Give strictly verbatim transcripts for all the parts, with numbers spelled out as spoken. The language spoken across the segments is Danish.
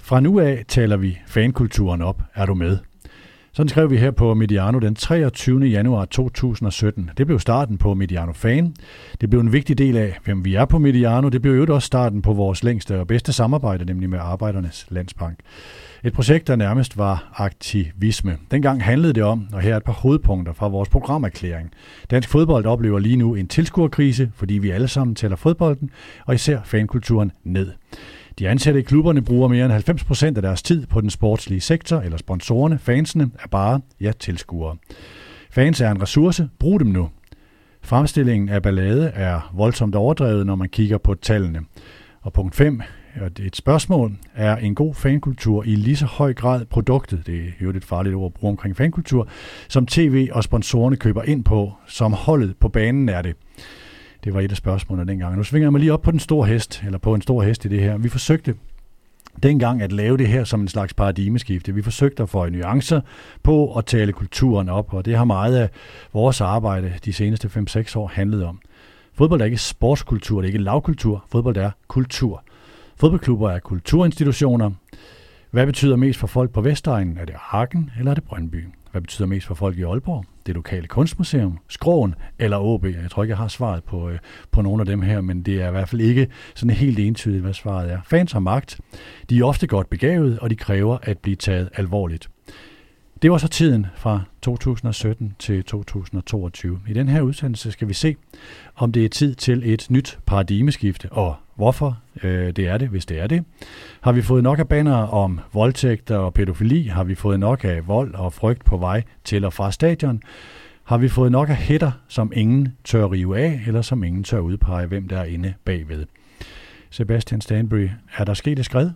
Fra nu af taler vi fankulturen op. Er du med? Sådan skrev vi her på Mediano den treogtyvende januar to tusind og sytten. Det blev starten på Mediano Fan. Det blev en vigtig del af, hvem vi er på Mediano. Det blev jo også starten på vores længste og bedste samarbejde, nemlig med Arbejdernes Landsbank. Et projekt, der nærmest var aktivisme. Dengang handlede det om, og her er et par hovedpunkter fra vores programerklæring. Dansk fodbold oplever lige nu en tilskuerkrise, fordi vi alle sammen tæller fodbolden, og især fankulturen ned. De ansatte i klubberne bruger mere end halvfems procent af deres tid på den sportslige sektor, eller sponsorerne, fansene, er bare, ja, tilskuere. Fans er en ressource, brug dem nu. Fremstillingen af ballade er voldsomt overdrevet, når man kigger på tallene. Og punkt fem, et spørgsmål, er en god fankultur i lige så høj grad produktet, det er jo et farligt ord at bruge omkring fankultur, som tv og sponsorerne køber ind på, som holdet på banen er det. Det var et af spørgsmålene dengang. Nu svinger jeg mig lige op på den store hest, eller på en stor hest i det her. Vi forsøgte dengang at lave det her som en slags paradigmeskifte. Vi forsøgte at få nuancer på at tale kulturen op, og det har meget af vores arbejde de seneste fem seks år handlet om. Fodbold er ikke sportskultur, det er ikke lavkultur. Fodbold er kultur. Fodboldklubber er kulturinstitutioner. Hvad betyder mest for folk på Vestegnen? Er det Hagen eller er det Brøndby? Hvad betyder mest for folk i Aalborg? Det lokale kunstmuseum, Skråen eller O B? Jeg tror ikke, jeg har svaret på, øh, på nogle af dem her, men det er i hvert fald ikke sådan helt entydigt, hvad svaret er. Fans har magt. De er ofte godt begavet, og de kræver at blive taget alvorligt. Det var så tiden fra to tusind og sytten til to tusind og toogtyve. I den her udsendelse skal vi se, om det er tid til et nyt paradigmeskifte, og hvorfor øh, det er det, hvis det er det. Har vi fået nok af bannere om voldtægter og pædofili? Har vi fået nok af vold og frygt på vej til og fra stadion? Har vi fået nok af hætter, som ingen tør rive af, eller som ingen tør udpege, hvem der er inde bagved? Sebastian Stanbury, er der sket et skred?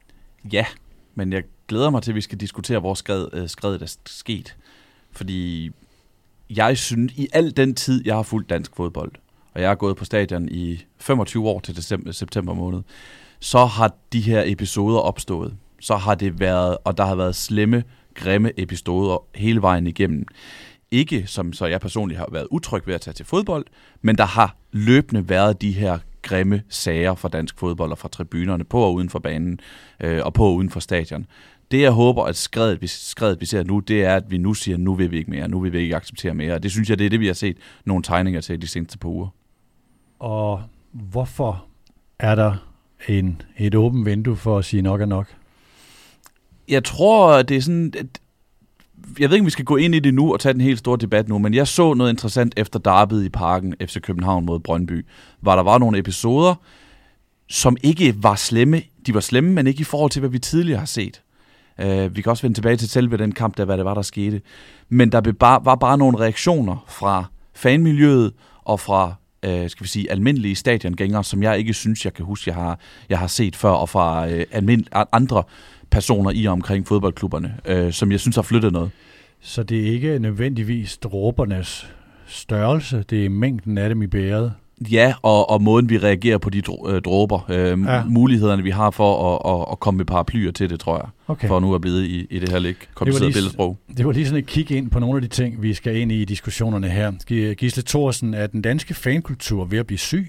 Ja, men jeg glæder mig til, at vi skal diskutere, hvor skred, øh, skredet er sket. Fordi jeg synes, i al den tid, jeg har fulgt dansk fodbold, og jeg har gået på stadion i femogtyve år til december, september måned, så har de her episoder opstået. Så har det været, og der har været slemme, grimme episoder hele vejen igennem. Ikke som så jeg personligt har været utryg ved at tage til fodbold, men der har løbende været de her grimme sager fra dansk fodbold og fra tribunerne på og uden for banen øh, og på og uden for stadion. Det jeg håber, at skredet vi, skredet, vi ser nu, det er, at vi nu siger, nu vil vi ikke mere, nu vil vi ikke acceptere mere. Og det synes jeg, det er det, vi har set nogle tegninger til de seneste par uger. Og hvorfor er der en, et åbent vindue for at sige nok er nok? Jeg tror, det er sådan... Jeg ved ikke, om vi skal gå ind i det nu og tage den helt store debat nu, men jeg så noget interessant efter derbyet i Parken, F C København mod Brøndby, hvor der var nogle episoder, som ikke var slemme. De var slemme, men ikke i forhold til, hvad vi tidligere har set. Uh, vi kan også vende tilbage til selve den kamp, der hvad det var, der skete. Men der bare, var bare nogle reaktioner fra fanmiljøet og fra uh, skal vi sige, almindelige stadiongængere, som jeg ikke synes, jeg kan huske, jeg har, jeg har set før, og fra uh, almindelige andre personer i og omkring fodboldklubberne, øh, som jeg synes har flyttet noget. Så det er ikke nødvendigvis dråbernes størrelse, det er mængden af dem i bæret? Ja, og, og måden vi reagerer på de dråber, øh, ja. mulighederne vi har for at, at, at komme med paraplyer til det, tror jeg, okay. For nu at blive i, i det her lidt komplicerede billedsprog. Det var lige sådan et kig ind på nogle af de ting, vi skal ind i i diskussionerne her. Gisle Thorsen, er den danske fankultur ved at blive syg?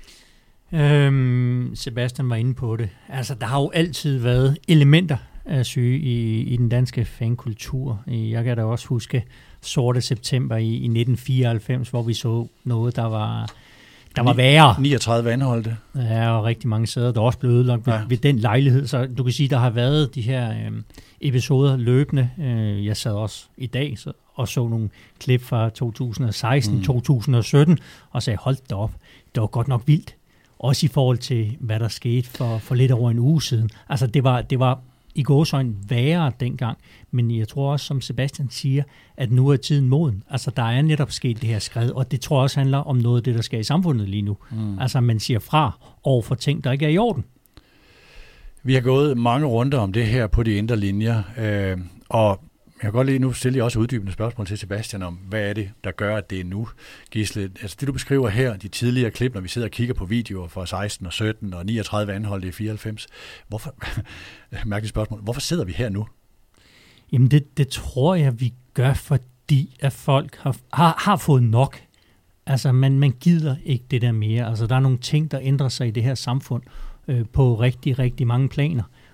Øhm, Sebastian var inde på det. Altså, der har jo altid været elementer af syge i, i den danske fankultur. Jeg kan da også huske Sorte September i, i nitten fireoghalvfems, hvor vi så noget, der var, der var værre. niogtredive anholdte. Ja, og rigtig mange sæder, der også blev ødelagt ved, ja. ved den lejlighed. Så du kan sige, der har været de her øh, episoder løbende. Øh, jeg sad også i dag så, og så nogle klip fra to tusind og seksten, mm. to tusind og sytten, og sagde, hold da op, det var godt nok vildt. Også i forhold til, hvad der skete for, for lidt over en uge siden. Altså, det var, det var i gåseøjne værre dengang, men jeg tror også, som Sebastian siger, at nu er tiden moden. Altså, der er netop sket det her skred, og det tror jeg også handler om noget af det, der sker i samfundet lige nu. Mm. Altså, man siger fra over for ting, der ikke er i orden. Vi har gået mange runder om det her på de indre linjer, øh, og jeg kan godt lige nu stille jer også uddybende spørgsmål til Sebastian om, hvad er det, der gør, at det er nu, Gisle? Altså det, du beskriver her, de tidligere klip, når vi sidder og kigger på videoer fra seksten og sytten og niogtredive anholdte i fireoghalvfems. Hvorfor, mærkeligt spørgsmål, hvorfor sidder vi her nu? Jamen det, det tror jeg, vi gør, fordi at folk har, har, har fået nok. Altså man, man gider ikke det der mere. Altså der er nogle ting, der ændrer sig i det her samfund øh, på rigtig, rigtig mange planer.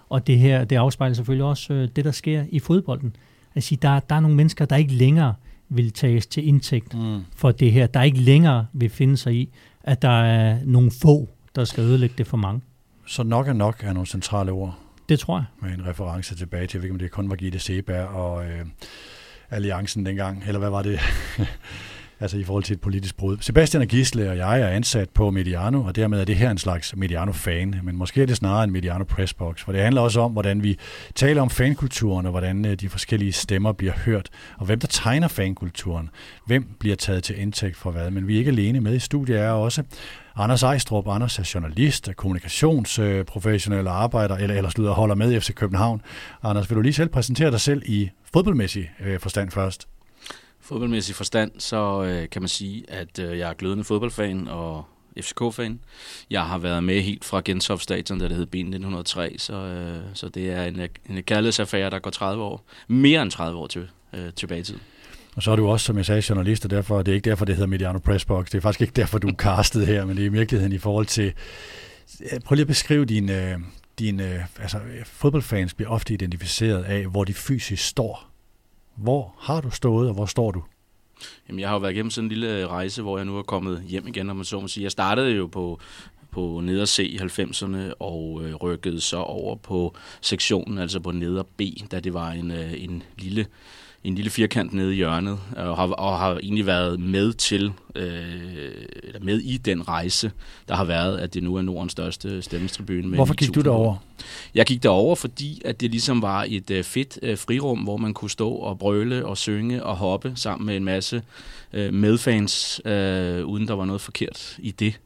Og det her, det afspejler selvfølgelig også øh, det, der sker i fodbolden. At sige, der, der er nogle mennesker, der ikke længere vil tages til indtægt mm. for det her. Der ikke længere vil finde sig i, at der er nogle få, der skal ødelægge det for mange. Så nok er nok er nogle centrale ord. Det tror jeg. Med en reference tilbage til, jeg ved ikke, om det kun var Gitte Seeberg og øh, Alliancen dengang, eller hvad var det? Altså i forhold til et politisk brud. Sebastian og Gisle og jeg er ansat på Mediano, og dermed er det her en slags Mediano-fan, men måske er det snarere en Mediano Pressbox, for det handler også om, hvordan vi taler om fankulturen, og hvordan de forskellige stemmer bliver hørt, og hvem der tegner fankulturen, hvem bliver taget til indtægt for hvad. Men vi er ikke alene med i studiet, er også Anders Ejstrup. Anders er journalist, kommunikationsprofessionel arbejder, eller ellers slutter holder med i F C København. Anders, vil du lige selv præsentere dig selv i fodboldmæssig øh, forstand først? Fodboldmæssig forstand, så øh, kan man sige, at øh, jeg er glødende fodboldfan og F C K-fan. Jeg har været med helt fra Gentofte Stadion, da det hed B nitten hundrede og tre, så, øh, så det er en, en kærlighedsaffære, der går tredive år, mere end tredive år til, øh, tilbage i tid. Og så er du også, som jeg sagde, journalist, og derfor, det er ikke derfor, det hedder Mediano Pressbox. Det er faktisk ikke derfor, du er castet her, men det er i virkeligheden i forhold til... Prøv lige at beskrive din... Øh, din øh, altså, fodboldfans bliver ofte identificeret af, hvor de fysisk står. Hvor har du stået, og hvor står du? Jamen, jeg har jo været igennem sådan en lille rejse, hvor jeg nu er kommet hjem igen, om man så må sige. Jeg startede jo på, på neder C i halvfemserne, og øh, rykkede så over på sektionen, altså på neder B, da det var en, øh, en lille... en lille firkant nede i hjørnet, og har, og har egentlig været med til, øh, eller med i den rejse, der har været, at det nu er Nordens største stemmingstribune. Hvorfor gik du derover? Jeg gik derover, fordi at det ligesom var et øh, fedt øh, frirum, hvor man kunne stå og brøle og synge og hoppe sammen med en masse øh, medfans, øh, uden der var noget forkert i det.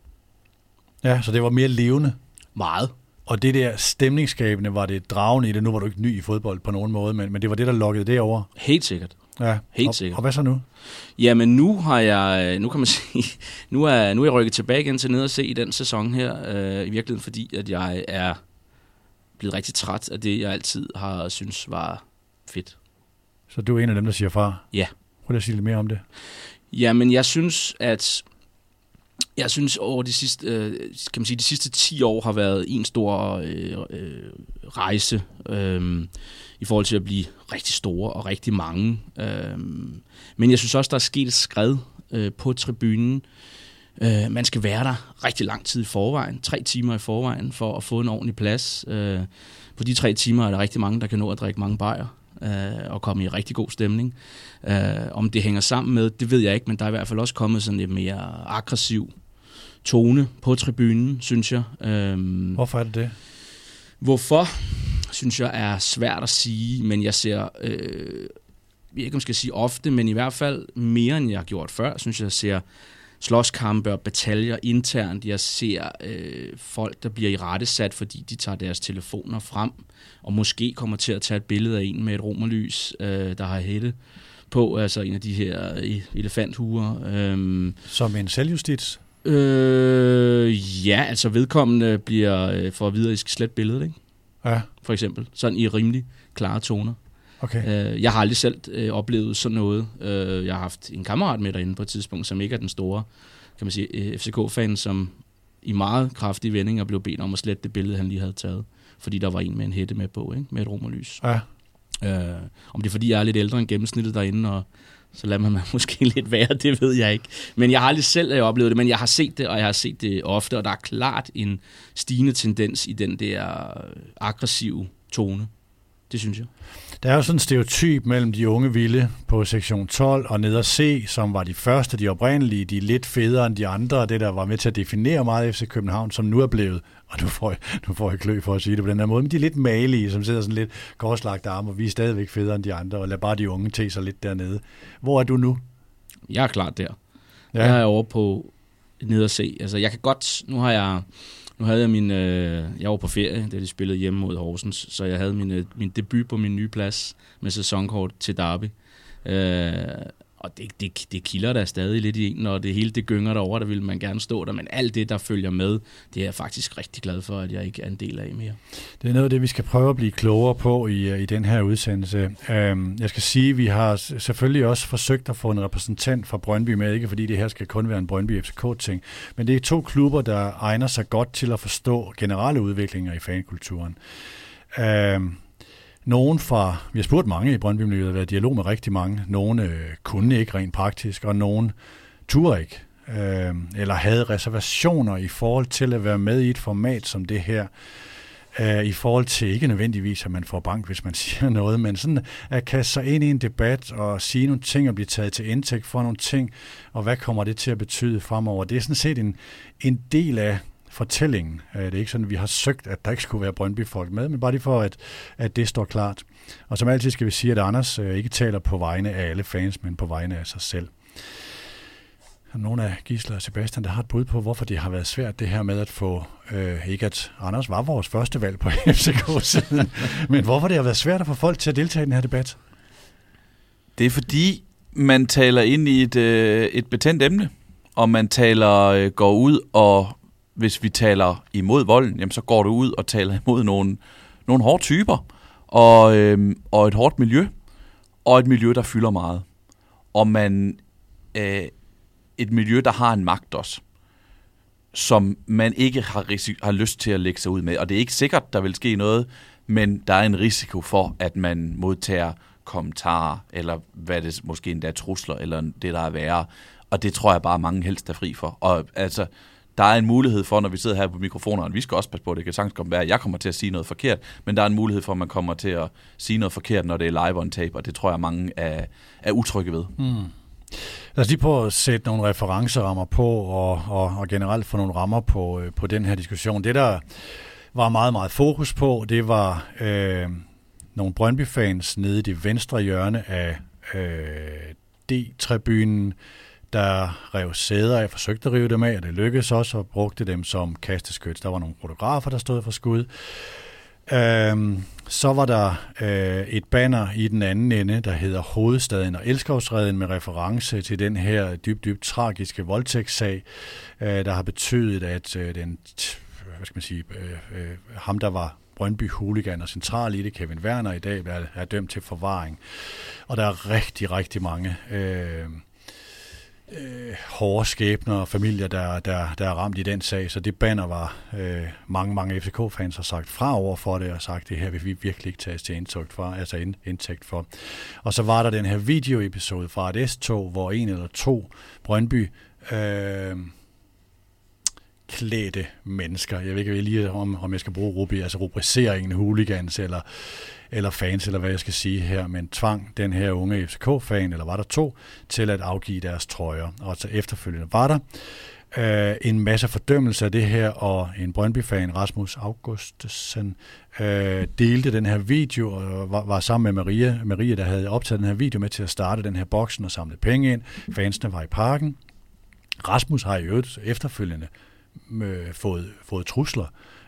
Ja, så det var mere levende? Meget. Og det der stemningsskabende, var det dragende i det? Nu var du ikke ny i fodbold på nogen måde, men, men det var det, der lokkede det over? Helt sikkert. Ja, helt og, sikkert. Og hvad så nu? Jamen nu har jeg, nu kan man sige, nu er, nu er jeg rykket tilbage igen til ned og se i den sæson her, øh, i virkeligheden fordi, at jeg er blevet rigtig træt af det, jeg altid har synes var fedt. Så du er en af dem, der siger fra? Ja. Prøv at sige lidt mere om det. Jamen jeg synes, at Jeg synes over de sidste, øh, kan man sige, de sidste ti år har været en stor øh, øh, rejse øh, i forhold til at blive rigtig store og rigtig mange. Øh, men jeg synes også, der er sket et skred øh, på tribunen. Øh, man skal være der rigtig lang tid i forvejen, tre timer i forvejen, for at få en ordentlig plads. Øh, på de tre timer er der rigtig mange, der kan nå at drikke mange bajer øh, og komme i rigtig god stemning. Øh, om det hænger sammen med, det ved jeg ikke, men der er i hvert fald også kommet sådan lidt mere aggressiv tone på tribunen, synes jeg. Øhm, Hvorfor er det det? Hvorfor, synes jeg, er svært at sige, men jeg ser, øh, jeg ved ikke, om jeg skal sige ofte, men i hvert fald mere, end jeg har gjort før, synes jeg, jeg ser slåskampe og bataljer internt. Jeg ser øh, folk, der bliver irettesat, fordi de tager deres telefoner frem, og måske kommer til at tage et billede af en med et romerlys, øh, der har hætte på, altså en af de her elefanthuer. Øh, Som en selvjustits? Øh, ja, altså vedkommende bliver øh, for at vide, at I skal slette billedet, ikke? Ja. For eksempel. Sådan i rimelig klare toner. Okay. Øh, jeg har aldrig selv øh, oplevet sådan noget. Øh, jeg har haft en kammerat med derinde på et tidspunkt, som ikke er den store, kan man sige, F C K-fan, som i meget kraftige vendinger blev bedt om at slette det billede, han lige havde taget. Fordi der var en med en hætte med på, ikke? Med et romerlys. Ja. Øh, om det er, fordi jeg er lidt ældre end gennemsnittet derinde, og så lader man måske lidt være, det ved jeg ikke. Men jeg har aldrig selv oplevet det, men jeg har set det, og jeg har set det ofte, og der er klart en stigende tendens i den der aggressive tone. Det synes jeg. Der er jo sådan en stereotyp mellem de unge vilde på sektion tolv og ned og C, som var de første, de oprindelige, de lidt federe end de andre, det der var med til at definere meget F C København, som nu er blevet, og nu får jeg, nu får jeg klø for at sige det på den her måde, men de er lidt malige, som sidder sådan lidt korslagte arme, og vi er stadigvæk federe end de andre, og lad bare de unge te sig lidt dernede. Hvor er du nu? Jeg er klart der. Ja. Jeg er over på ned og C. Altså jeg kan godt, nu har jeg... Nu havde jeg min, øh, jeg var på ferie, da de spillede hjemme mod Horsens, så jeg havde min, øh, min debut på min nye plads med sæsonkort til Derby. Øh, og det, det, det kilder der stadig lidt i en, og det hele det gynger derover, der vil man gerne stå der, men alt det, der følger med, det er jeg faktisk rigtig glad for, at jeg ikke er en del af mere. Det er noget af det, vi skal prøve at blive klogere på i, i den her udsendelse. Øh, jeg skal sige, at vi har selvfølgelig også forsøgt at få en repræsentant fra Brøndby med, ikke fordi det her skal kun være en Brøndby F C K-ting, men det er to klubber, der egner sig godt til at forstå generelle udviklinger i fankulturen. Øh, nogen fra, vi har spurgt mange i Brøndby-miljøet, har været i dialog med rigtig mange. Nogle øh, kunne ikke rent praktisk, og nogen turde ikke. Øh, eller havde reservationer i forhold til at være med i et format som det her. Uh, i forhold til ikke nødvendigvis, at man får bank, hvis man siger noget, men sådan at kaste sig ind i en debat og sige nogle ting og blive taget til indtægt for nogle ting, og hvad kommer det til at betyde fremover. Det er sådan set en, en del af fortællingen. Uh, det er ikke sådan, at vi har søgt, at der ikke skulle være Brøndby-folk med, men bare lige for, at, at det står klart. Og som altid skal vi sige, at Anders uh, ikke taler på vegne af alle fans, men på vegne af sig selv. Nogle af Gisle og Sebastian, der har et bud på, hvorfor det har været svært det her med at få, øh, ikke at Anders var vores første valg på F C K-siden, men hvorfor det har været svært at få folk til at deltage i den her debat? Det er fordi, man taler ind i et, øh, et betændt emne, og man taler øh, går ud, og hvis vi taler imod volden, jamen, så går du ud og taler imod nogle, nogle hårde typer, og, øh, og et hårdt miljø, og et miljø, der fylder meget. Og man... Øh, et miljø, der har en magt også, som man ikke har, risiko, har lyst til at lægge sig ud med. Og det er ikke sikkert, der vil ske noget, men der er en risiko for, at man modtager kommentarer, eller hvad det måske endda trusler, eller det, der er værre. Og det tror jeg bare, mange helst er fri for. Og altså, der er en mulighed for, når vi sidder her på mikrofonerne, vi skal også passe på, det kan sagtens komme være, at jeg kommer til at sige noget forkert, men der er en mulighed for, at man kommer til at sige noget forkert, når det er live on tape, og det tror jeg, mange er, er utrygge ved. Mm. Lad os lige prøve at sætte nogle referencerammer på, og, og, og generelt få nogle rammer på, på den her diskussion. Det, der var meget, meget fokus på, det var øh, nogle Brøndby-fans nede i det venstre hjørne af øh, D-tribunen, der rev sæder af, forsøgte at rive dem af, og det lykkedes også, og brugte dem som kasteskyts. Der var nogle fotografer, der stod for skud. Øhm, så var der øh, et banner i den anden ende, der hedder Hovedstaden og Elskovsreden, med reference til den her dybt, dybt tragiske voldtægtssag, øh, der har betydet, at øh, den, hvad skal man sige, øh, øh, ham der var Brøndby-hooligan og central i det, Kevin Werner, i dag er, er dømt til forvaring. Og der er rigtig, rigtig mange øh, øh, hårde skæbner og familier, der, der, der er ramt i den sag, så det banner var øh, mange, mange F C K-fans har sagt fra over for det, og sagt, det her vil vi virkelig ikke tages til indtægt for, altså ind, indtægt for. Og så var der den her videoepisode fra et S-tog, hvor en eller to Brøndby øh, klædte mennesker, jeg ved ikke lige, om, om jeg skal bruge rubi, altså rubriceringen hooligans, eller eller fans, eller hvad jeg skal sige her, men tvang den her unge F C K-fan, eller var der to, til at afgive deres trøjer. Og så efterfølgende var der øh, en masse fordømmelse af det her, og en Brøndby-fan, Rasmus Augustsen, øh, delte den her video, og var, var sammen med Maria, Maria, der havde optaget den her video med til at starte den her boksen og samle penge ind. Fansene var i parken. Rasmus har i øvrigt efterfølgende øh, fået, fået trusler,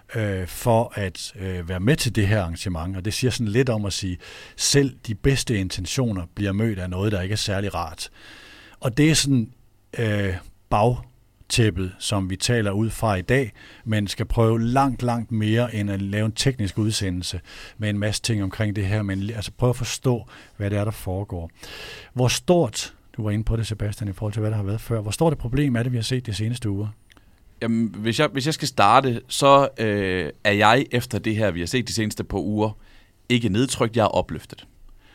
for at øh, være med til det her arrangement, og det siger sådan lidt om at sige, selv de bedste intentioner bliver mødt af noget, der ikke er særlig rart. Og det er sådan øh, bagtæppet, som vi taler ud fra i dag, men skal prøve langt, langt mere end at lave en teknisk udsendelse med en masse ting omkring det her, men altså prøve at forstå, hvad det er, der foregår. Hvor stort, du var inde på det, Sebastian, i forhold til, hvad der har været før, hvor stort et problem er det, vi har set de seneste uger? Jamen, hvis jeg, hvis jeg skal starte, så øh, er jeg efter det her, vi har set de seneste par uger, ikke nedtrykt, jeg er opløftet.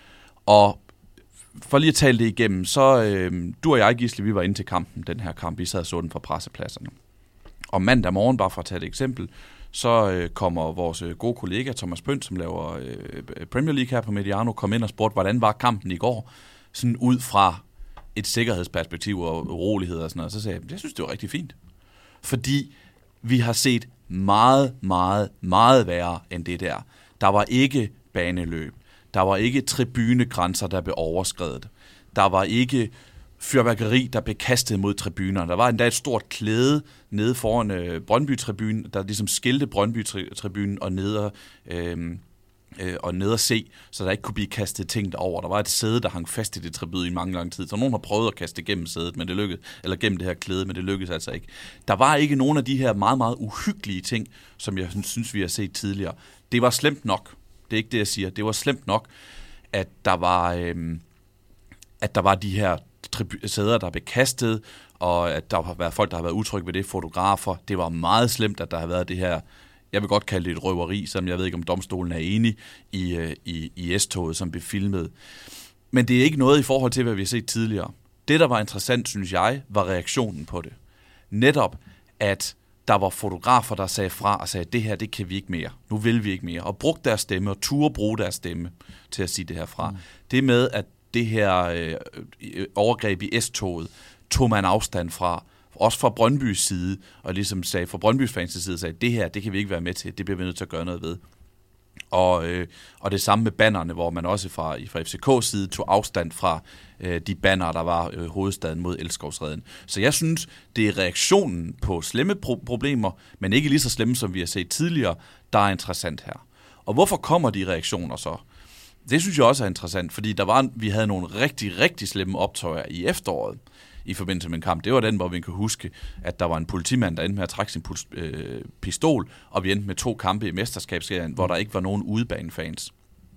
Og for lige at tale det igennem, så øh, du og jeg, Gisle, vi var inde til kampen, den her kamp, vi sad og så den fra pressepladserne. Og mandag morgen, bare for at tage et eksempel, så øh, kommer vores gode kollega Thomas Pønt, som laver øh, Premier League her på Mediano, kom ind og spurgte, hvordan var kampen i går, sådan ud fra et sikkerhedsperspektiv og urolighed og sådan noget. Så sagde jeg, jeg synes, det var rigtig fint. Fordi vi har set meget, meget, meget værre end det der. Der var ikke baneløb. Der var ikke tribunegrænser, der blev overskredet. Der var ikke fyrværkeri, der blev kastet mod tribunerne. Der var endda et stort klæde nede foran øh, Brøndby-tribunen, der ligesom skilte Brøndby-tribunen og nede, øh, øh, og nede at se, så der ikke kunne blive kastet ting derover. Der var et sæde, der hang fast i det tribune i mange lang tid. Så nogen har prøvet at kaste gennem sædet, men det lykkedes, eller gennem det her klæde, men det lykkedes altså ikke. Der var ikke nogen af de her meget, meget uhyggelige ting, som jeg synes, vi har set tidligere. Det var slemt nok. Det er ikke det, jeg siger. Det var slemt nok, at der var, øh, at der var de her tribu- sæder, der blev kastet, og at der har været folk, der har været utrygge ved det, fotografer. Det var meget slemt, at der har været det her jeg vil godt kalde det et røveri, som jeg ved ikke, om domstolen er enig i, i, i S-toget, som blev filmet. Men det er ikke noget i forhold til, hvad vi har set tidligere. Det, der var interessant, synes jeg, var reaktionen på det. Netop, at der var fotografer, der sagde fra og sagde, det her, det kan vi ikke mere. Nu vil vi ikke mere. Og brugte deres stemme, og turde bruge deres stemme til at sige det her fra. Mm. Det med, at det her øh, overgreb i S-toget tog man afstand fra, også fra Brøndbys side, og ligesom sagde, fra Brøndbys fans side, sagde, det her, det kan vi ikke være med til, det bliver vi nødt til at gøre noget ved. Og, øh, og det samme med bannerne, hvor man også fra, fra F C K's side tog afstand fra øh, de banner, der var øh, hovedstaden mod Elskovsreden. Så jeg synes, det er reaktionen på slemme pro- problemer, men ikke lige så slemme, som vi har set tidligere, der er interessant her. Og hvorfor kommer de reaktioner så? Det synes jeg også er interessant, fordi der var, vi havde nogle rigtig, rigtig slemme optøjer i efteråret i forbindelse med en kamp. Det var den, hvor vi kan huske, at der var en politimand, der endte med at trække sin øh, pistol, og vi endte med to kampe i mesterskabsserien, hvor der ikke var nogen udebanefans.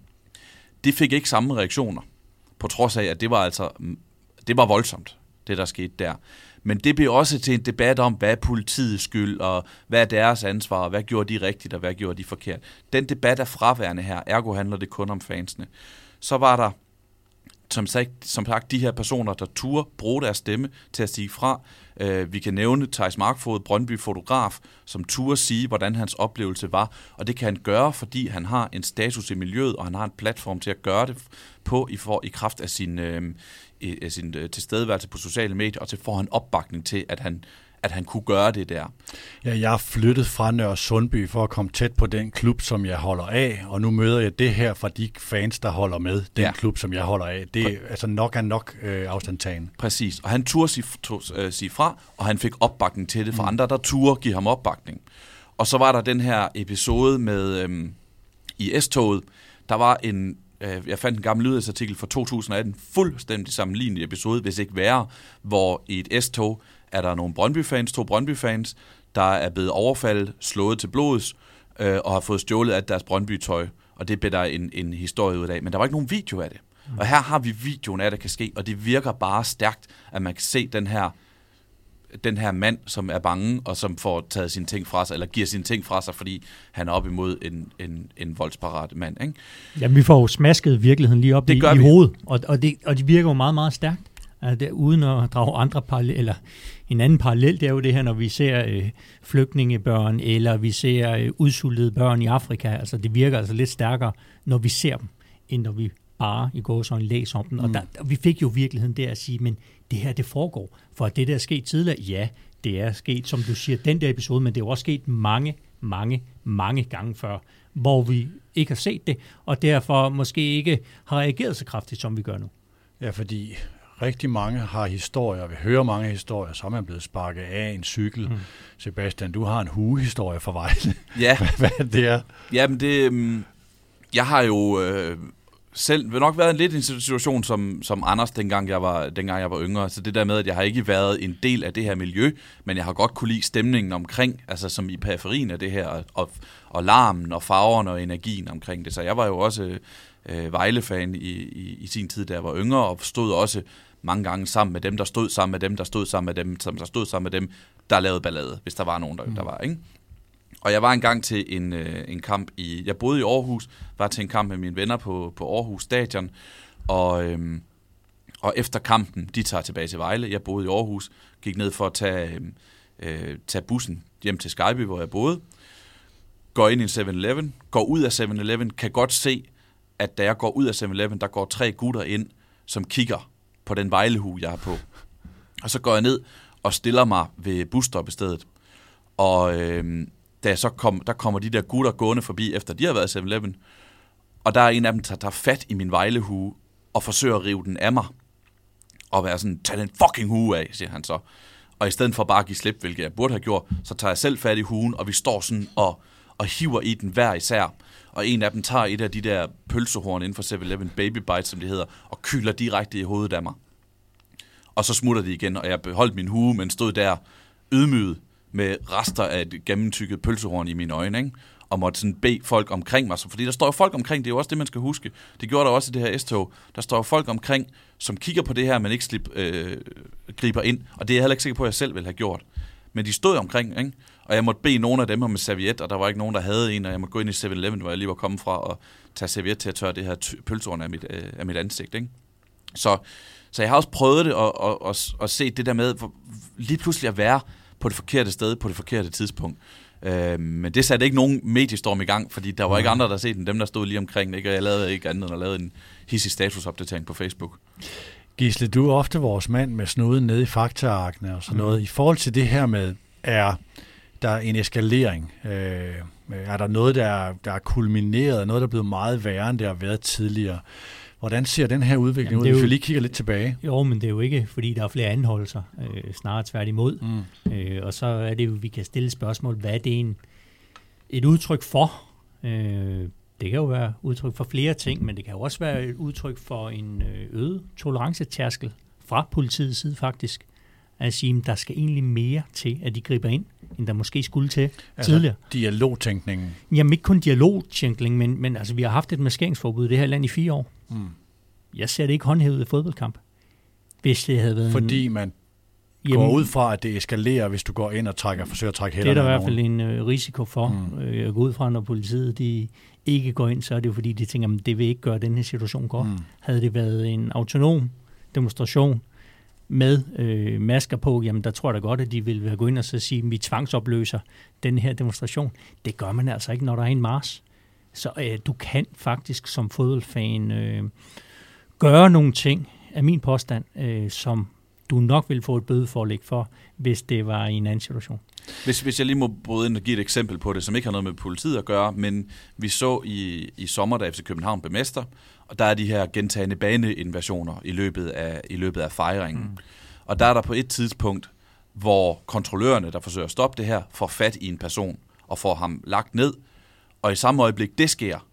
Det fik ikke samme reaktioner, på trods af, at det var altså det var voldsomt, det der skete der. Men det blev også til en debat om, hvad er politiets skyld, og hvad er deres ansvar, og hvad gjorde de rigtigt, og hvad gjorde de forkert. Den debat er fraværende her, ergo handler det kun om fansene. Så var der, som sagt, som sagt de her personer, der turde bruge deres stemme til at sige fra. Uh, vi kan nævne Theis Markfod, Brøndby-fotograf, som turde sige, hvordan hans oplevelse var. Og det kan han gøre, fordi han har en status i miljøet, og han har en platform til at gøre det på i, for, i kraft af sin, uh, i, af sin uh, tilstedeværelse på sociale medier, og til får han opbakning til, at han at han kunne gøre det der. Ja, jeg er flyttet fra Nørre Sundby for at komme tæt på den klub, som jeg holder af, og nu møder jeg det her fra de fans, der holder med den ja. klub, som jeg holder af. Det er altså nok er nok øh, afstandtagen. Præcis, og han turde sige, tog, øh, sige fra, og han fik opbakning til det fra mm. andre, der turde give ham opbakning. Og så var der den her episode med øh, i S-toget, der var en øh, jeg fandt en gammel nyhedsartikel fra to tusind atten, fuldstændig sammenlignelig episode, hvis ikke værre, hvor i et S-tog er der nogle Brøndby-fans, to Brøndby-fans, der er blevet overfaldet, slået til blods, øh, og har fået stjålet af deres Brøndby-tøj. Og det blev der en, en historie ud af. Men der var ikke nogen video af det. Mm. Og her har vi videoen af, der kan ske, og det virker bare stærkt, at man kan se den her, den her mand, som er bange, og som får taget sine ting fra sig, eller giver sine ting fra sig, fordi han er op imod en, en, en voldsparat mand. Ikke? Jamen, vi får jo smasket virkeligheden lige op det i, i hovedet, og, og, det, og det virker jo meget, meget stærkt. Altså, det, uden at drage andre parallel, eller en anden parallel, det er jo det her, når vi ser øh, flygtningebørn, eller vi ser øh, udsultede børn i Afrika. Altså, det virker altså lidt stærkere, når vi ser dem, end når vi bare i går sådan læser om dem. Mm. Og, der, og vi fik jo virkeligheden der at sige, men det her, det foregår. For det, der er sket tidligere, ja, det er sket, som du siger, den der episode, men det er jo også sket mange, mange, mange gange før, hvor vi ikke har set det, og derfor måske ikke har reageret så kraftigt, som vi gør nu. Ja, fordi rigtig mange har historier, vi hører mange historier, så er man blevet sparket af en cykel. Mm. Sebastian, du har en hugehistorie for Vejle. Ja. Hvad er det her? Jamen det, jeg har jo øh, selv nok været lidt i en situation som, som Anders, dengang jeg, var, dengang jeg var yngre. Så det der med, at jeg har ikke været en del af det her miljø, men jeg har godt kunne lide stemningen omkring, altså som i periferien af det her, og, og larmen og farverne og energien omkring det. Så jeg var jo også øh, Vejle-fan i, i, i sin tid, da jeg var yngre, og stod også mange gange sammen med dem, der stod sammen med dem, der stod sammen med dem, som der stod sammen med dem, der lavede ballade, hvis der var nogen, der, mm. der var, ikke? Og jeg var engang til en, øh, en kamp i, jeg boede i Aarhus, var til en kamp med mine venner på, på Aarhus Stadion, og, øhm, og efter kampen, de tager tilbage til Vejle, jeg boede i Aarhus, gik ned for at tage, øh, tage bussen hjem til Skejby, hvor jeg boede, går ind i en seven eleven, går ud af seven eleven, kan godt se, at da jeg går ud af seven eleven, der går tre gutter ind, som kigger på den Vejlehue, jeg har på. Og så går jeg ned og stiller mig ved busstoppestedet. Og øh, da så kom, der kommer de der gutter gående forbi, efter de har været i seven eleven. Og der er en af dem, der tager fat i min Vejlehue og forsøger at rive den af mig. Og være sådan, tag den fucking hue af, siger han så. Og i stedet for bare at give slip, hvilket jeg burde have gjort, så tager jeg selv fat i huen, og vi står sådan og, og hiver i den hver især. Og en af dem tager et af de der pølsehorn inden for seven eleven, Baby Bites, som det hedder, og kyler direkte i hovedet af mig. Og så smutter de igen, og jeg beholdt min hue, men stod der ydmyget med rester af et gennemtykket pølsehorn i mine øjne, ikke? Og måtte sådan bede folk omkring mig. Fordi der står jo folk omkring, det er jo også det, man skal huske. Det gjorde der også i det her S-tog. Der står jo folk omkring, som kigger på det her, men ikke slip, øh, griber ind. Og det er jeg heller ikke sikker på, at jeg selv ville have gjort. Men de stod omkring, ikke? Og jeg måtte bede nogle af dem om en serviet, og der var ikke nogen, der havde en, og jeg måtte gå ind i seven eleven, hvor jeg lige var kommet fra, og tage serviet til at tørre det her t- pølsehorn af mit, øh, af mit ansigt. Ikke? Så, så jeg har også prøvet det, og, og, og, og set det der med, hvor, lige pludselig at være på det forkerte sted, på det forkerte tidspunkt. Øh, men det satte ikke nogen mediestorm i gang, fordi der var ikke andre, der set end dem, der stod lige omkring. Ikke? Og jeg lavede ikke andet end at lave en hissig statusopdatering på Facebook. Gisle, du er ofte vores mand med snuden nede i faktaarkene og sådan noget. I forhold til det her med, er der en eskalering? Øh, er der noget, der er, der er kulmineret, noget, der er blevet meget værre, end det har været tidligere? Hvordan ser den her udvikling ud, hvis vi lige kigger lidt tilbage? Jo, men det er jo ikke, fordi der er flere anholdelser, øh, snarere tværtimod. Mm. Øh, og så er det jo, vi kan stille spørgsmål, hvad er det en, et udtryk for? Øh, det kan jo være udtryk for flere ting, men det kan jo også være et udtryk for en øget tolerancetærskel fra politiets side faktisk. At sige, at der skal egentlig mere til, at de griber ind, end der måske skulle til altså tidligere. Dialogtænkningen? Jamen ikke kun dialogtænkning, men, men altså, vi har haft et maskeringsforbud i det her land i fire år. Mm. Jeg ser det ikke håndhævet i fodboldkamp. Hvis det havde været Fordi en, man jamen, går ud fra, at det eskalerer, hvis du går ind og trækker, forsøger at trække hænderne. Det er der i hvert fald en øh, risiko for. Mm. Øh, at gå ud fra, når politiet de ikke går ind, så er det jo fordi, de tænker, at det vil ikke gøre, at den her situation går. Mm. Havde det været en autonom demonstration med øh, masker på, jamen der tror jeg da godt, at de vil gå ind og så sige, at vi tvangsopløser den her demonstration. Det gør man altså ikke, når der er en march. Så øh, du kan faktisk som fodboldfan øh, gøre nogle ting, af min påstand, øh, som du nok vil få et bødeforlæg for, hvis det var i en anden situation. Hvis, hvis jeg lige må bryde ind og give et eksempel på det, som ikke har noget med politiet at gøre, men vi så i, i sommer, da F C København blev mester, og der er de her gentagne baneinvasioner i løbet af, i løbet af fejringen. Mm. Og der er der på et tidspunkt, hvor kontrollørerne, der forsøger at stoppe det her, får fat i en person og får ham lagt ned, og i samme øjeblik det sker,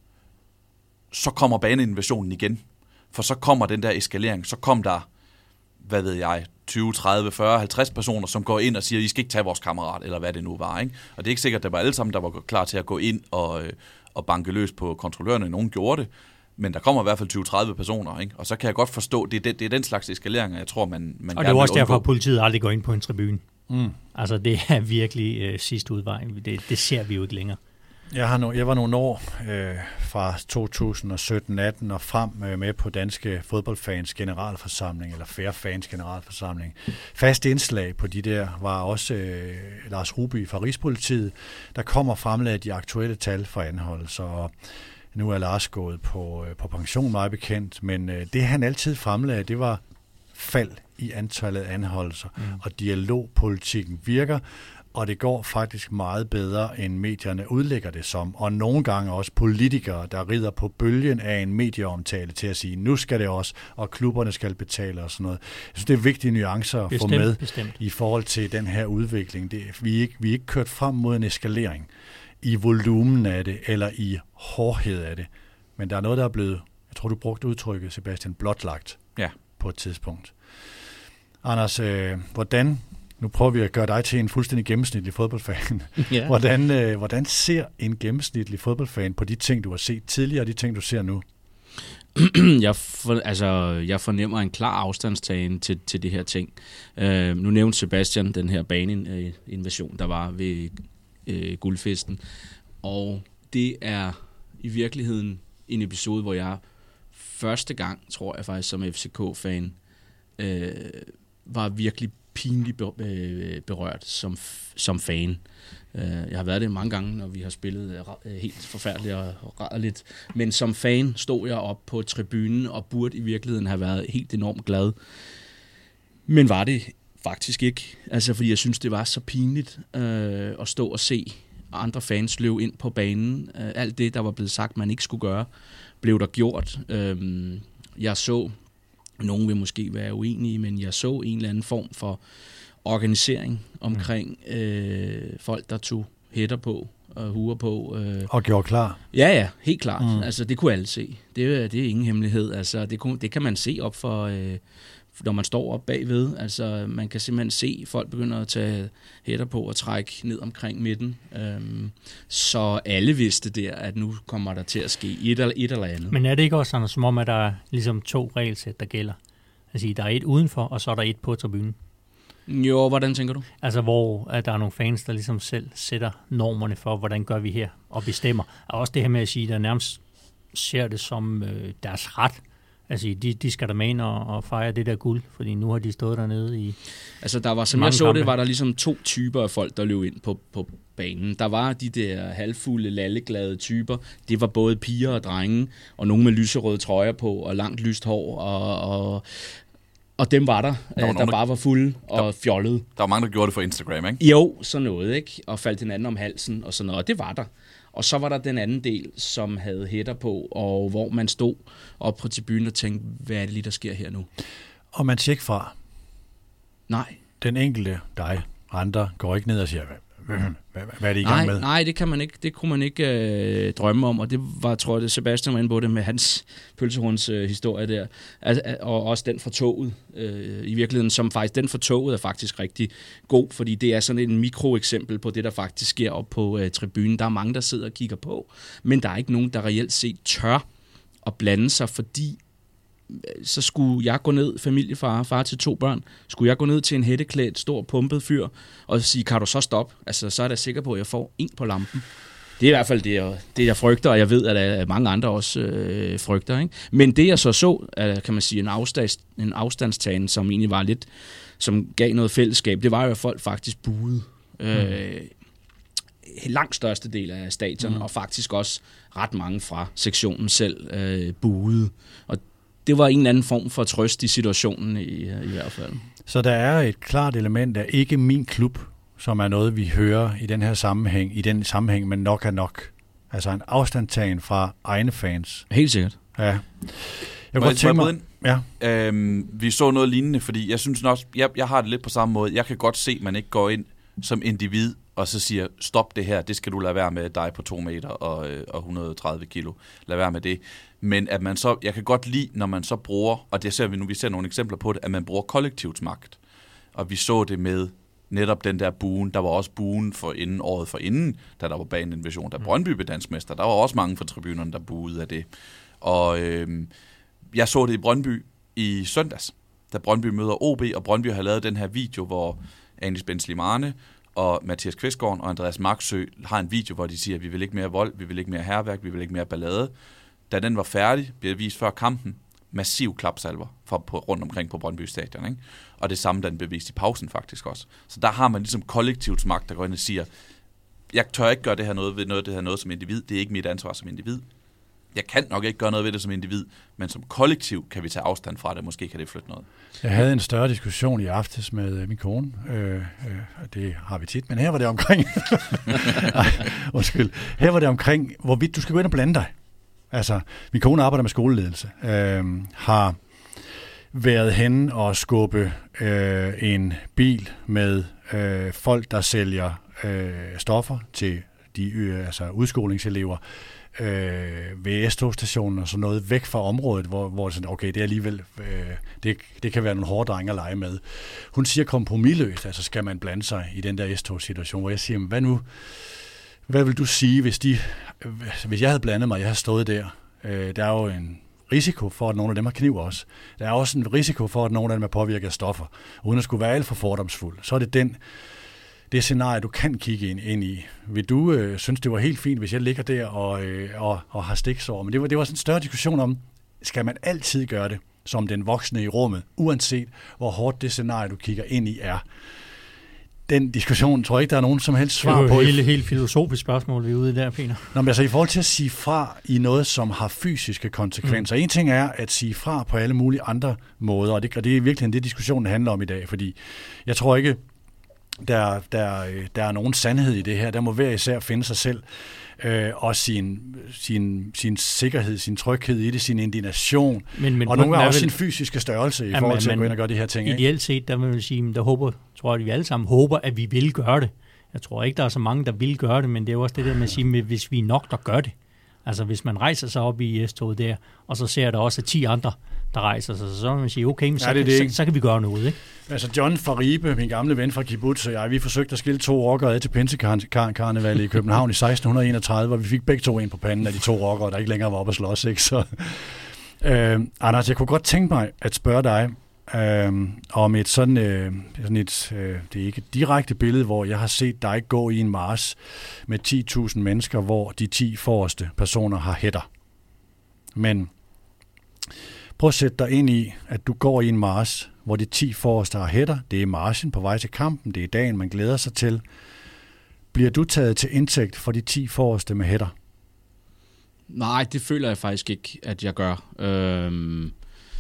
så kommer baneinvasionen igen. For så kommer den der eskalering, så kom der, hvad ved jeg, tyve, tredive, fyrre, halvtreds personer, som går ind og siger, I skal ikke tage vores kammerat, eller hvad det nu var. Ikke? Og det er ikke sikkert, at det var alle sammen, der var klar til at gå ind og, og banke løs på kontrollørerne. Nogen gjorde det, men der kommer i hvert fald tyve til tredive personer. Ikke? Og så kan jeg godt forstå, det er, det, det er den slags eskaleringer, jeg tror, man, man og det er også derfor, at politiet aldrig går ind på en tribune. Mm. Altså, det er virkelig øh, sidste udvej. Det, det ser vi jo ikke længere. Jeg, har no, jeg var nogle år øh, fra to tusind sytten atten og frem øh, med på Danske Fodboldfans Generalforsamling, eller Fair Fans Generalforsamling. Fast indslag på de der var også øh, Lars Ruby fra Rigspolitiet, der kommer fremlagt de aktuelle tal for anholdelser, og nu er Lars gået på, øh, på pension, meget bekendt, men øh, det han altid fremlagde, det var fald i antallet af anholdelser, mm. og dialogpolitikken virker, og det går faktisk meget bedre, end medierne udlægger det som. Og nogle gange også politikere, der rider på bølgen af en medieomtale til at sige, nu skal det også, og klubberne skal betale og sådan noget. Jeg synes, det er vigtige nuancer at bestemt, få med bestemt. I forhold til den her udvikling. Det, vi, er ikke, vi er ikke kørt frem mod en eskalering i volumen af det, eller i hårdhed af det. Men der er noget, der er blevet, jeg tror, du brugte udtrykket, Sebastian, blotlagt ja. På et tidspunkt. Anders, øh, hvordan... Nu prøver vi at gøre dig til en fuldstændig gennemsnitlig fodboldfan. Yeah. Hvordan, øh, hvordan ser en gennemsnitlig fodboldfan på de ting, du har set tidligere, og de ting, du ser nu? jeg, for, altså, jeg fornemmer en klar afstandstagen til, til det her ting. Uh, nu nævnte Sebastian den her baneinvasion, der var ved uh, guldfesten. Og det er i virkeligheden en episode, hvor jeg første gang, tror jeg faktisk, som F C K-fan, uh, var virkelig pinligt berørt som, som fan. Jeg har været det mange gange, når vi har spillet helt forfærdeligt og rædderligt. Men som fan stod jeg op på tribunen og burde i virkeligheden have været helt enormt glad. Men var det faktisk ikke. Altså, fordi jeg synes, det var så pinligt øh, at stå og se andre fans løbe ind på banen. Alt det, der var blevet sagt, man ikke skulle gøre, blev der gjort. Øh, jeg så... Nogen vil måske være uenige, men jeg så en eller anden form for organisering omkring øh, folk, der tog hætter på og huer på. Øh. Og gjorde klar? Ja, ja, helt klart. Mm. Altså, det kunne alle se. Det, det er ingen hemmelighed. Altså, det, kunne, det kan man se op for, øh, når man står op bagved. Altså, man kan simpelthen se, folk begynder at tage hætter på og trække ned omkring midten. Øhm, så alle vidste der, at nu kommer der til at ske et eller, et eller andet. Men er det ikke også sådan, som om, at der er ligesom to regelsæt, der gælder? Altså, der er et udenfor, og så er der et på tribunen? Jo, hvordan tænker du? Altså, hvor at der er nogle fans, der ligesom selv sætter normerne for, hvordan gør vi her, og bestemmer. Og også det her med at sige, der nærmest ser det som øh, deres ret. Altså, de, de skal der med ind og, og fejre det der guld, fordi nu har de stået dernede i Altså, der var, som jeg så kampe. Det, var der ligesom to typer af folk, der løb ind på, på banen. Der var de der halvfulde, lalleglade typer. Det var både piger og drenge, og nogle med lyserøde trøjer på, og langt lyst hår, og... og Og dem var der, der, var der bare var fulde og der, fjollede. Der var mange, der gjorde det for Instagram, ikke? Jo, sådan noget, ikke? Og faldt hinanden om halsen og sådan noget, og det var der. Og så var der den anden del, som havde hætter på, og hvor man stod op på tribunen og tænkte, hvad er det lige, der sker her nu? Og man siger ikke fra. Nej. Den enkelte, dig, andre, går ikke ned og siger, hvad, hvad, hvad er det i nej, gang med? Nej, det kan man ikke. Det kunne man ikke øh, drømme om, og det var, tror jeg, det Sebastian var inde på det med hans pølsehunds øh, historie der, altså, og også den fra toget, øh, i virkeligheden, som faktisk, den fra toget er faktisk rigtig god, fordi det er sådan et mikroeksempel på det, der faktisk sker op på øh, tribunen. Der er mange, der sidder og kigger på, men der er ikke nogen, der reelt set tør at blande sig, fordi så skulle jeg gå ned, familiefar, far til to børn, skulle jeg gå ned til en hætteklædt, stor pumpet fyr, og sige, kan du så stoppe? Altså, så er jeg sikker på, at jeg får en på lampen. Det er i hvert fald det, jeg, det, jeg frygter, og jeg ved, at mange andre også øh, frygter. Ikke? Men det, jeg så så, er, kan man sige, en, afstands, en afstandstagen, som egentlig var lidt, som gav noget fællesskab, det var jo, at folk faktisk buede. Mm. Øh, langt største del af stadion, mm. og faktisk også ret mange fra sektionen selv øh, buede. Og det var en eller anden form for trøst i situationen i, i hvert fald. Så der er et klart element af ikke min klub, som er noget, vi hører i den her sammenhæng, i den sammenhæng, men nok er nok. Altså en afstandtagen fra egne fans. Helt sikkert. Ja. Jeg kunne godt tænke mig... Ja. Øhm, vi så noget lignende, fordi jeg synes også, jeg, jeg har det lidt på samme måde. Jeg kan godt se, at man ikke går ind som individ, og så siger, stop det her, det skal du lade være med, dig på to meter og, og et hundrede og tredive kilo. Lad være med det. Men at man så, jeg kan godt lide, når man så bruger, og det ser vi nu, vi ser nogle eksempler på det, at man bruger kollektivsmagt. Og vi så det med netop den der buen. Der var også buen for inden, året for inden, da der var baneinvasion, da Brøndby blev danskmester. Der var også mange fra tribunerne, der buede af det. Og øh, jeg så det i Brøndby i søndags, da Brøndby møder O B, og Brøndby har lavet den her video, hvor Anis Ben Slimane og Mathias Kvistgaard og Andreas Marksø har en video, hvor de siger, at vi vil ikke mere vold, vi vil ikke mere hærværk, vi vil ikke mere ballade. Da den var færdig, bliver vist før kampen, massiv klapsalver for, på, rundt omkring på Brøndby Stadion. Ikke? Og det samme, den blev vist i pausen faktisk også. Så der har man ligesom kollektivt magt, der går ind og siger, jeg tør ikke gøre det her noget ved noget, det her noget som individ, det er ikke mit ansvar som individ. Jeg kan nok ikke gøre noget ved det som individ, men som kollektiv kan vi tage afstand fra det, måske kan det flytte noget. Jeg havde en større diskussion i aftes med min kone, øh, øh, det har vi tit, men her var det omkring, Ej, undskyld, her var det omkring, hvorvidt du skal gå ind og blande dig. Altså, min kone arbejder med skoleledelse, øh, har været henne og skubbe øh, en bil med øh, folk, der sælger øh, stoffer til de øh, altså udskolingselever, øh, ved S-togstationen og sådan noget, væk fra området, hvor, hvor det sådan, okay, det er alligevel, øh, det, det kan være nogle hårde drenge at lege med. Hun siger kompromisløst, altså skal man blande sig i den der S-togssituation, hvor jeg siger, hvad nu, hvad vil du sige, hvis de, hvis jeg havde blandet mig, jeg havde stået der, øh, der er jo en risiko for, at nogle af dem har kniv også. Der er også en risiko for, at nogle af dem er påvirket af stoffer, uden at skulle være alt for fordomsfuld. Så er det den, det scenarie, du kan kigge ind, ind i. Vil du øh, synes, det var helt fint, hvis jeg ligger der og, øh, og, og har stiksår? Men det var, det var sådan en større diskussion om, skal man altid gøre det som den voksne i rummet, uanset hvor hårdt det scenarie, du kigger ind i, er. Den diskussion tror jeg ikke, der er nogen som helst svar på. Det er jo et helt, helt filosofisk spørgsmål, vi er ude i der, Peter. Nå, men altså i forhold til at sige fra i noget, som har fysiske konsekvenser. Mm. En ting er at sige fra på alle mulige andre måder, og det, og det er virkelig det, diskussionen handler om i dag, fordi jeg tror ikke, Der, der, der er nogen sandhed i det her. Der må hver især finde sig selv øh, og sin, sin, sin sikkerhed, sin tryghed i det, sin indignation, men, men og nogle gange også vel, sin fysiske størrelse i forhold til at gå ind og gøre de her ting. Ideelt set, der vil jeg sige, der håber, tror jeg, at vi alle sammen håber, at vi vil gøre det. Jeg tror ikke, der er så mange, der vil gøre det, men det er jo også det der med at sige, hvis vi er nok, der gør det. Altså hvis man rejser sig op i S-toget der, og så ser der også ti andre, der rejser sig, så må man sige, okay, men så, ja, det det, så, så kan vi gøre noget, ikke? Altså John fra Ribe, min gamle ven fra Kibbutz og jeg, vi forsøgte at skille to rockere ad til Pinsekarnevalet i København i seksten enogtredive, og vi fik begge to en på panden af de to rockere, der ikke længere var oppe at slås, ikke? Så, øh, Anders, jeg kunne godt tænke mig at spørge dig, øh, om et sådan, øh, sådan et, øh, det er ikke et direkte billede, hvor jeg har set dig gå i en march med ti tusind mennesker, hvor de ti forreste personer har hætter. Men prøv at sætte dig ind i, at du går i en march, hvor de ti forreste har hætter. Det er marchen på vej til kampen. Det er dagen, man glæder sig til. Bliver du taget til indtægt for de ti forreste med hætter? Nej, det føler jeg faktisk ikke, at jeg gør. Øhm,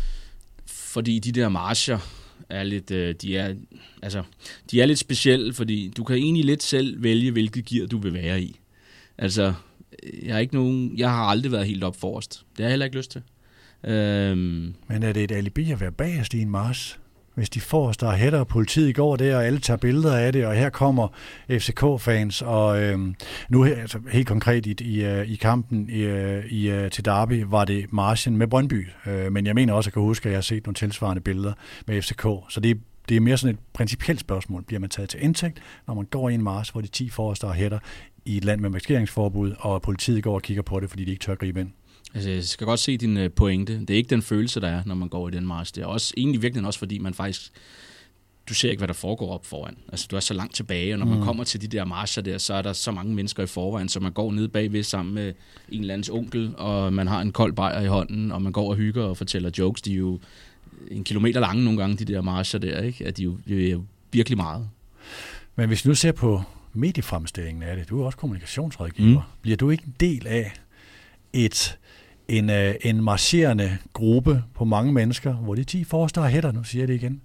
fordi de der marcher er lidt, øh, de er, altså, de er lidt specielle, fordi du kan egentlig lidt selv vælge, hvilket gear du vil være i. Altså, jeg har ikke nogen, jeg har aldrig været helt op forrest. Det har jeg heller ikke lyst til. Øhm. Men er det et alibi at være bagerst i en march? Hvis de forreste har hætter, og politiet går der, og alle tager billeder af det, og her kommer F C K-fans, og øhm, nu altså, helt konkret i, i, i kampen i, i, til Derby, var det marchen med Brøndby. Øh, men jeg mener også, at jeg kan huske, at jeg har set nogle tilsvarende billeder med F C K. Så det, det er mere sådan et principielt spørgsmål. Bliver man taget til indtægt, når man går i en march, hvor de ti forreste har hætter i et land med maskeringsforbud, og politiet går og kigger på det, fordi de ikke tør gribe ind? Altså, jeg skal godt se din pointe. Det er ikke den følelse, der er, når man går i den march. Det er også, egentlig virkelig også, fordi man faktisk, du ser ikke, hvad der foregår op foran. Altså, du er så langt tilbage, og når mm. man kommer til de der marcher der, så er der så mange mennesker i forvejen, så man går ned bagved sammen med en eller andens onkel, og man har en kold bajer i hånden, og man går og hygger og fortæller jokes. De er jo en kilometer lange nogle gange, de der marcher der, ikke? At de, jo, de er jo virkelig meget. Men hvis du nu ser på mediefremstillingen af det, du er også kommunikationsrådgiver, mm. bliver du ikke en del af et En, en marcherende gruppe på mange mennesker, hvor de ti forreste har hætter, nu siger jeg det igen?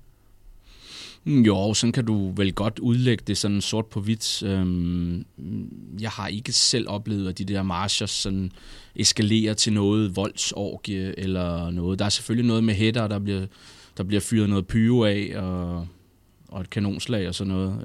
Jo, sådan kan du vel godt udlægge det sådan sort på hvidt. Jeg har ikke selv oplevet, at de der marcher sådan eskalerer til noget voldsorgie eller noget. Der er selvfølgelig noget med hætter, der bliver, der bliver fyret noget pyro af, og, og et kanonslag og sådan noget.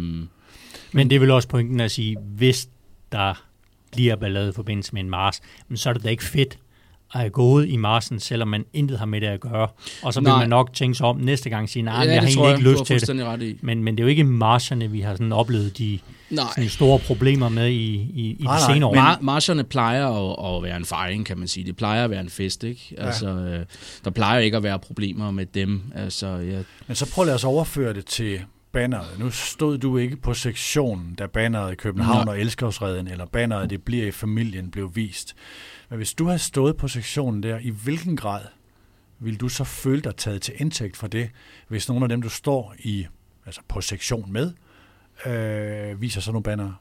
Men det er vel også pointen at sige, hvis der bliver ballade i forbindelse med en march, men så er det da ikke fedt at gå ud i marchen, selvom man intet har med det at gøre. Og så vil nej. man nok tænke sig om næste gang og sige, nej, ja, jeg har egentlig jeg, ikke lyst til det. Men, men det er jo ikke marcherne, vi har sådan oplevet de sådan store problemer med i, i, i nej, de senere år. Mar- marcherne plejer at, at være en fejring, kan man sige. Det plejer at være en fest, ikke? Ja. Altså, øh, der plejer ikke at være problemer med dem. Altså, ja. Men så prøv lad os overføre det til banneret. Nu stod du ikke på sektionen, da banneret i København ja. og Elskovsreden, eller banneret, det bliver i familien, blev vist. Men hvis du havde stået på sektionen der, i hvilken grad vil du så føle dig taget til indtægt for det, hvis nogle af dem, du står i, altså på sektion med, øh, viser sådan nogle bannere?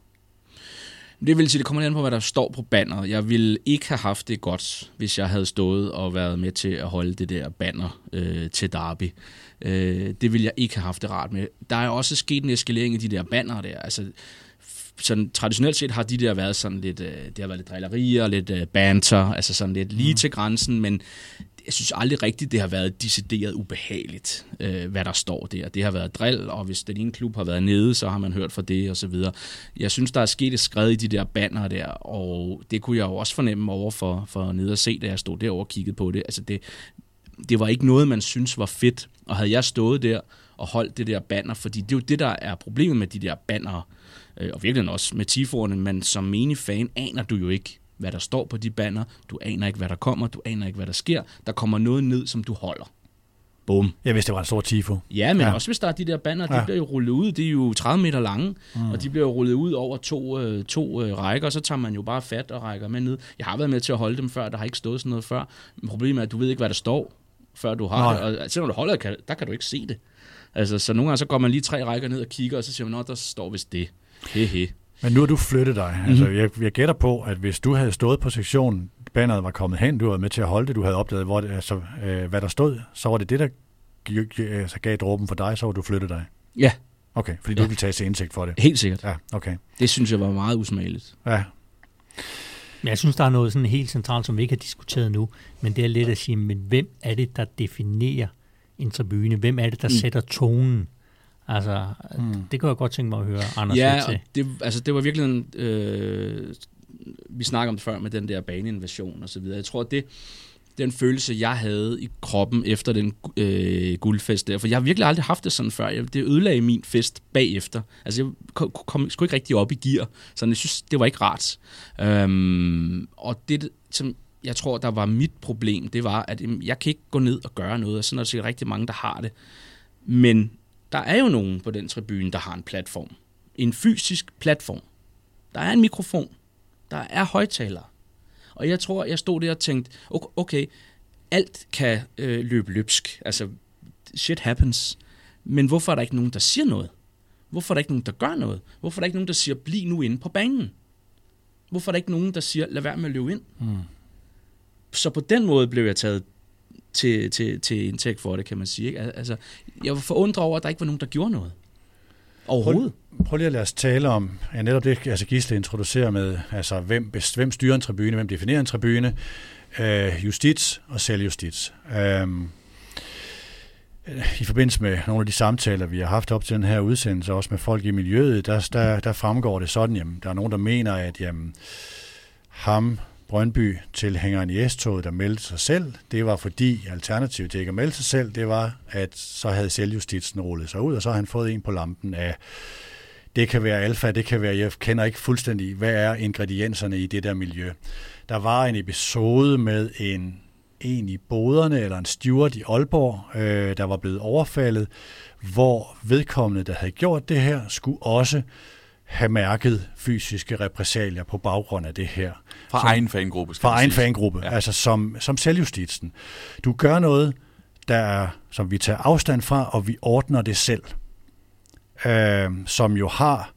Det vil sige, det kommer an på, hvad der står på banneret. Jeg ville ikke have haft det godt, hvis jeg havde stået og været med til at holde det der banner øh, til Derby. Øh, det ville jeg ikke have haft det rart med. Der er også sket en eskalering i de der bannere der. Altså, sådan, traditionelt set har de der været sådan lidt, øh, det har været lidt drillerier, lidt øh, banter, altså sådan lidt lige mm. til grænsen, men jeg synes aldrig rigtigt, det har været decideret ubehageligt, øh, hvad der står der. Det har været drill, og hvis den ene klub har været nede, så har man hørt fra det, og så videre. Jeg synes, der er sket et skred i de der banner der, og det kunne jeg jo også fornemme over for, for nede at se, da jeg stod derovre og kiggede på det. Altså det, det var ikke noget, man synes var fedt, og havde jeg stået der og holdt det der banner, fordi det er jo det, der er problemet med de der banner, øh, og virkelig også med tifoerne, men som menig fan aner du jo ikke, hvad der står på de banner. Du aner ikke, hvad der kommer. Du aner ikke, hvad der sker. Der kommer noget ned, som du holder. Bum. Ja, hvis det var en stor tifo. Ja, men ja. også hvis der er de der banner, de ja. bliver jo rullet ud. Det er jo tredive meter lange, mm. og de bliver jo rullet ud over to, øh, to øh, rækker, og så tager man jo bare fat og rækker med ned. Jeg har været med til at holde dem før. Der har ikke stået sådan noget før. Men problemet er, at du ved ikke, hvad der står, før du har Nej. det. Og selvom du holder det, der kan du ikke se det. Altså, så nogle gange så går man lige tre rækker ned og kigger, og så siger man, nå, der står vist det. Hehe. Men nu har du flyttet dig. Mm-hmm. Altså, jeg, jeg gætter på, at hvis du havde stået på sektionen, banneret var kommet hen, du var med til at holde det, du havde opdaget, hvor det, altså, øh, hvad der stod, så var det det, der g- altså, gav dråben for dig, så var du flyttet dig. Ja. Okay, fordi ja. du ville tage til indsigt for det. Helt sikkert. Ja, okay. Det synes jeg var meget usmageligt. Ja. Men jeg synes, der er noget sådan helt centralt, som vi ikke har diskuteret nu, men det er lidt at sige, men hvem er det, der definerer en tribune? Hvem er det, der mm. sætter tonen? Altså, mm. det kan jeg godt tænke mig at høre Anders ja, til. Det, altså, det var virkelig en, øh, vi snakker om det før med den der baneinvasion og så videre. Jeg tror, det den følelse, jeg havde i kroppen efter den øh, guldfest der, for jeg har virkelig aldrig haft det sådan før. Jeg, det ødelagde min fest bagefter. Altså, jeg kom, kom, skulle ikke rigtig op i gear, så jeg synes, det var ikke rart. Øhm, og det, som jeg tror, der var mit problem, det var, at jeg kan ikke gå ned og gøre noget, og sådan er der sikkert rigtig mange, der har det. Men der er jo nogen på den tribune, der har en platform. En fysisk platform. Der er en mikrofon. Der er højtalere. Og jeg tror, jeg stod der og tænkte, okay, alt kan øh, løbe løbsk. Altså, shit happens. Men hvorfor er der ikke nogen, der siger noget? Hvorfor er der ikke nogen, der gør noget? Hvorfor er der ikke nogen, der siger, bliv nu inde på banen? Hvorfor er der ikke nogen, der siger, lad være med at løbe ind? Mm. Så på den måde blev jeg taget til, til, til indtægt for det, kan man sige. Ikke? Altså, jeg var forundret over, at der ikke var nogen, der gjorde noget. Overhovedet. Prøv, prøv lige at lade os tale om, ja, netop det, altså Gisle introducerer med, altså hvem, hvem styrer en tribune, hvem definerer en tribune, øh, justits og selvjustits. Øh, I forbindelse med nogle af de samtaler, vi har haft op til den her udsendelse, også med folk i miljøet, der, der, der fremgår det sådan, jamen, der er nogen, der mener, at jamen, ham, Brøndby-tilhængeren i S-toget, der meldte sig selv, det var fordi alternativet til ikke at melde sig selv, det var, at så havde selvjustitsen rullet sig ud, og så har han fået en på lampen af, det kan være alfa, det kan være, jeg kender ikke fuldstændig, hvad er ingredienserne i det der miljø. Der var en episode med en en i boderne, eller en steward i Aalborg, øh, der var blevet overfaldet, hvor vedkommende, der havde gjort det her, skulle også have mærket fysiske repressalier på baggrund af det her. Fra som, egen fangruppe. Fra egen fangruppe, ja. Altså som, som selvjustitsen. Du gør noget, der er, som vi tager afstand fra, og vi ordner det selv. Øh, som jo har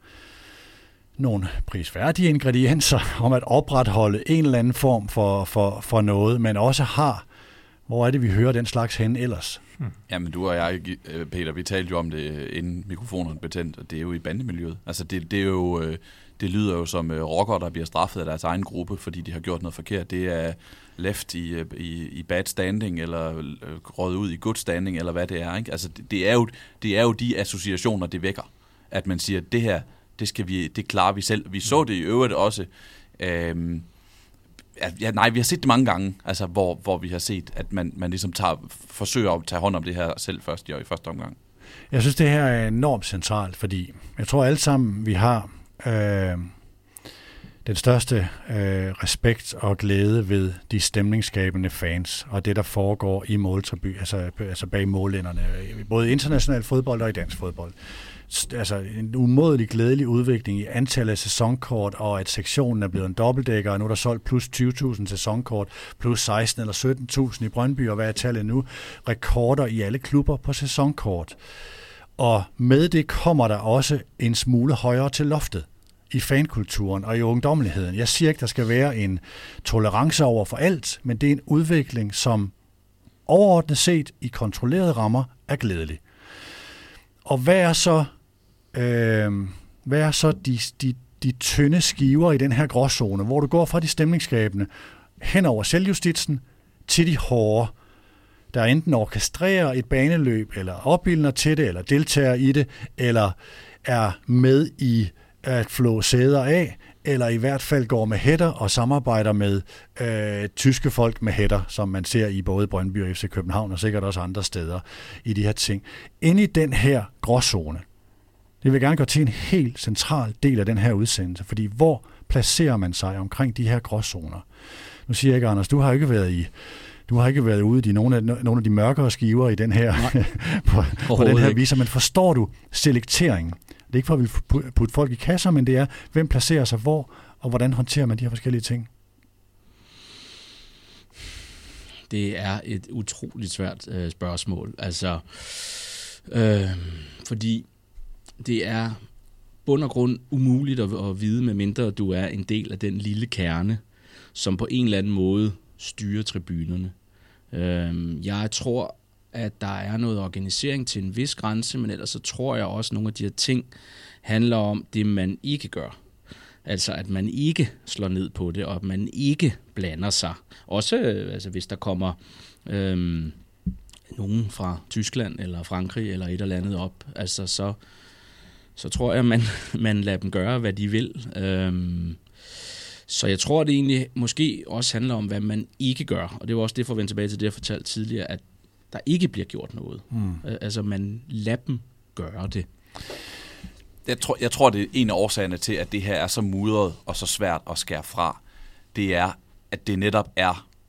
nogle prisværdige ingredienser om at opretholde en eller anden form for, for, for noget, men også har, hvor er det, vi hører den slags hen ellers? Hmm. Jamen du og jeg, Peter, vi talte jo om det, inden mikrofonerne betændt, og det er jo i bandemiljøet. Altså det, det er jo, det lyder jo som rockere, der bliver straffet af deres egen gruppe, fordi de har gjort noget forkert. Det er left i, i, i bad standing, eller røget ud i good standing, eller hvad det er. Ikke? Altså det, det, er jo, det er jo de associationer, det vækker, at man siger, det her, det skal vi, det klarer vi selv. Vi så det i øvrigt også. Øhm, ja, nej, vi har set det mange gange, altså, hvor, hvor vi har set, at man, man ligesom tager, forsøger at tage hånd om det her selv først i, i første omgang. Jeg synes, det her er enormt centralt, fordi jeg tror alle sammen, vi har øh, den største øh, respekt og glæde ved de stemningsskabende fans, og det, der foregår i måltribunen, altså, altså bag mållænderne, både i international fodbold og i dansk fodbold. Altså en umådelig glædelig udvikling i antallet af sæsonkort, og at sektionen er blevet en dobbeltdækker, og nu er der solgt plus tyve tusind sæsonkort, plus seksten eller sytten tusind i Brøndby, og hvad er tallet nu? Rekorder i alle klubber på sæsonkort. Og med det kommer der også en smule højere til loftet i fankulturen og i ungdommeligheden. Jeg siger ikke, der skal være en tolerance over for alt, men det er en udvikling, som overordnet set i kontrollerede rammer er glædelig. Og hvad er så, øh, hvad er så de, de, de tynde skiver i den her gråzone, hvor du går fra de stemningsskabende hen over selvjustitsen til de hårde, der enten orkestrerer et baneløb, eller opildner til det, eller deltager i det, eller er med i at flå sæder af, eller i hvert fald går med hætter og samarbejder med øh, tyske folk med hætter, som man ser i både Brøndby og F C København, og sikkert også andre steder i de her ting. Inde i den her gråzone, det vil jeg gerne gå til en helt central del af den her udsendelse, fordi hvor placerer man sig omkring de her gråzoner? Nu siger jeg ikke, Anders, du har ikke været i Du har ikke været ude i nogle af, nogle af de mørkere skiver i den her, på, på den her viser, men forstår du selekteringen? Det er ikke for, at vi vil putte folk i kasser, men det er, hvem placerer sig hvor, og hvordan håndterer man de her forskellige ting? Det er et utroligt svært øh, spørgsmål. Altså, øh, fordi det er bund og grund umuligt at, at vide, medmindre du er en del af den lille kerne, som på en eller anden måde styrer tribunerne. Øh, jeg tror, at der er noget organisering til en vis grænse, men ellers så tror jeg også, at nogle af de her ting handler om det, man ikke gør. Altså, at man ikke slår ned på det, og at man ikke blander sig. Også altså, hvis der kommer øhm, nogen fra Tyskland eller Frankrig eller et eller andet op, altså, så, så tror jeg, at man, man lader dem gøre, hvad de vil. Øhm, så jeg tror, at det egentlig måske også handler om, hvad man ikke gør. Og det var også det, for at vende tilbage til det, jeg fortalte tidligere, at der ikke bliver gjort noget. Mm. Altså, man lader dem gøre det. Jeg tror, jeg tror, det er en af årsagerne til, at det her er så mudret og så svært at skære fra. Det er, at det netop er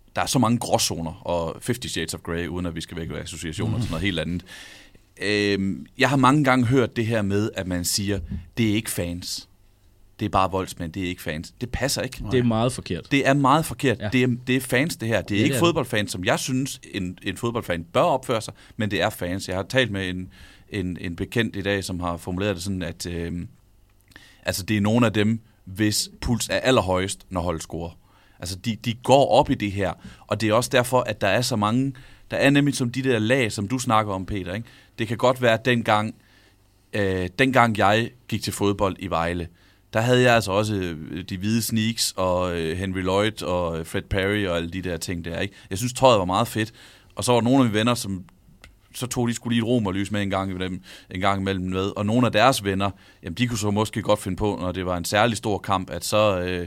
der er så mange gråzoner, og Fifty Shades of Grey, uden at vi skal væk af associationer mm. og sådan noget helt andet. Øhm, jeg har mange gange hørt det her med, at man siger, det er ikke fans. Det er bare voldsmænd, det er ikke fans. Det passer ikke. Det er meget forkert. Det er meget forkert. Ja. Det, er, det er fans, det her. Det er ja, ikke det er fodboldfans, som jeg synes, en, en fodboldfan bør opføre sig, men det er fans. Jeg har talt med en, en, en bekendt i dag, som har formuleret det sådan, at øh, altså, det er nogle af dem, hvis puls er allerhøjest, når holdet scorer. Altså, de, de går op i det her, og det er også derfor, at der er så mange, der er nemlig som de der lag, som du snakker om, Peter, ikke? Det kan godt være, at dengang, øh, dengang jeg gik til fodbold i Vejle, der havde jeg altså også de hvide sneaks og øh, Henry Lloyd og Fred Perry og alle de der ting der, ikke? Jeg synes, tøjet var meget fedt, og så var der nogle af mine venner, som så tog de skulle lige et romerlys med en gang, med dem, en gang imellem med, og nogle af deres venner, jamen de kunne så måske godt finde på, når det var en særlig stor kamp, at så... Øh,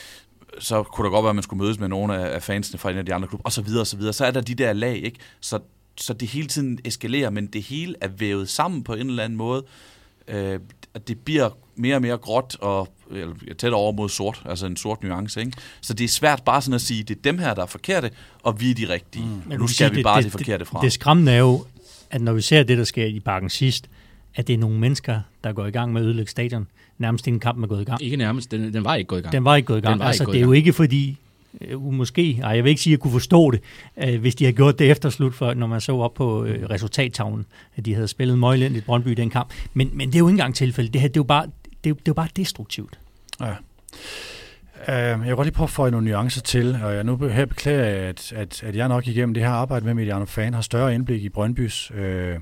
så kunne der godt være, at man skulle mødes med nogle af fansene fra en af de andre klubber, og så videre, og så videre. Så er der de der lag, ikke? Så, så det hele tiden eskalerer, men det hele er vævet sammen på en eller anden måde. Øh, det bliver mere og mere gråt, og eller, tættere over mod sort, altså en sort nuance, ikke? Så det er svært bare sådan at sige, det er dem her, der er forkerte, og vi er de rigtige. Mm. Nu skal vi det, bare det, det forkerte fra. Det, det skræmmende er jo, at når vi ser det, der sker i Parken sidst, at det er nogle mennesker, der går i gang med at ødelægge stadion. Nærmest inden kampen er gået i gang. Ikke nærmest, den, den var ikke gået i gang. Den var ikke gået i gang. Altså, det er jo ikke fordi, øh, måske, ej, jeg vil ikke sige, at jeg kunne forstå det, øh, hvis de havde gjort det efter slut, for, når man så op på øh, resultattavlen, at de havde spillet møglendigt Brøndby i den kamp. Men, men det er jo ikke engang tilfælde. Det her, det er jo bare, det er, det er jo bare destruktivt. Ja. Uh, jeg vil godt lige prøve at få nogle nuancer til, og jeg nu her beklager jeg, at, at, at jeg nok igennem det her arbejde med Mediano Fan har større indblik i Brøndbys øh,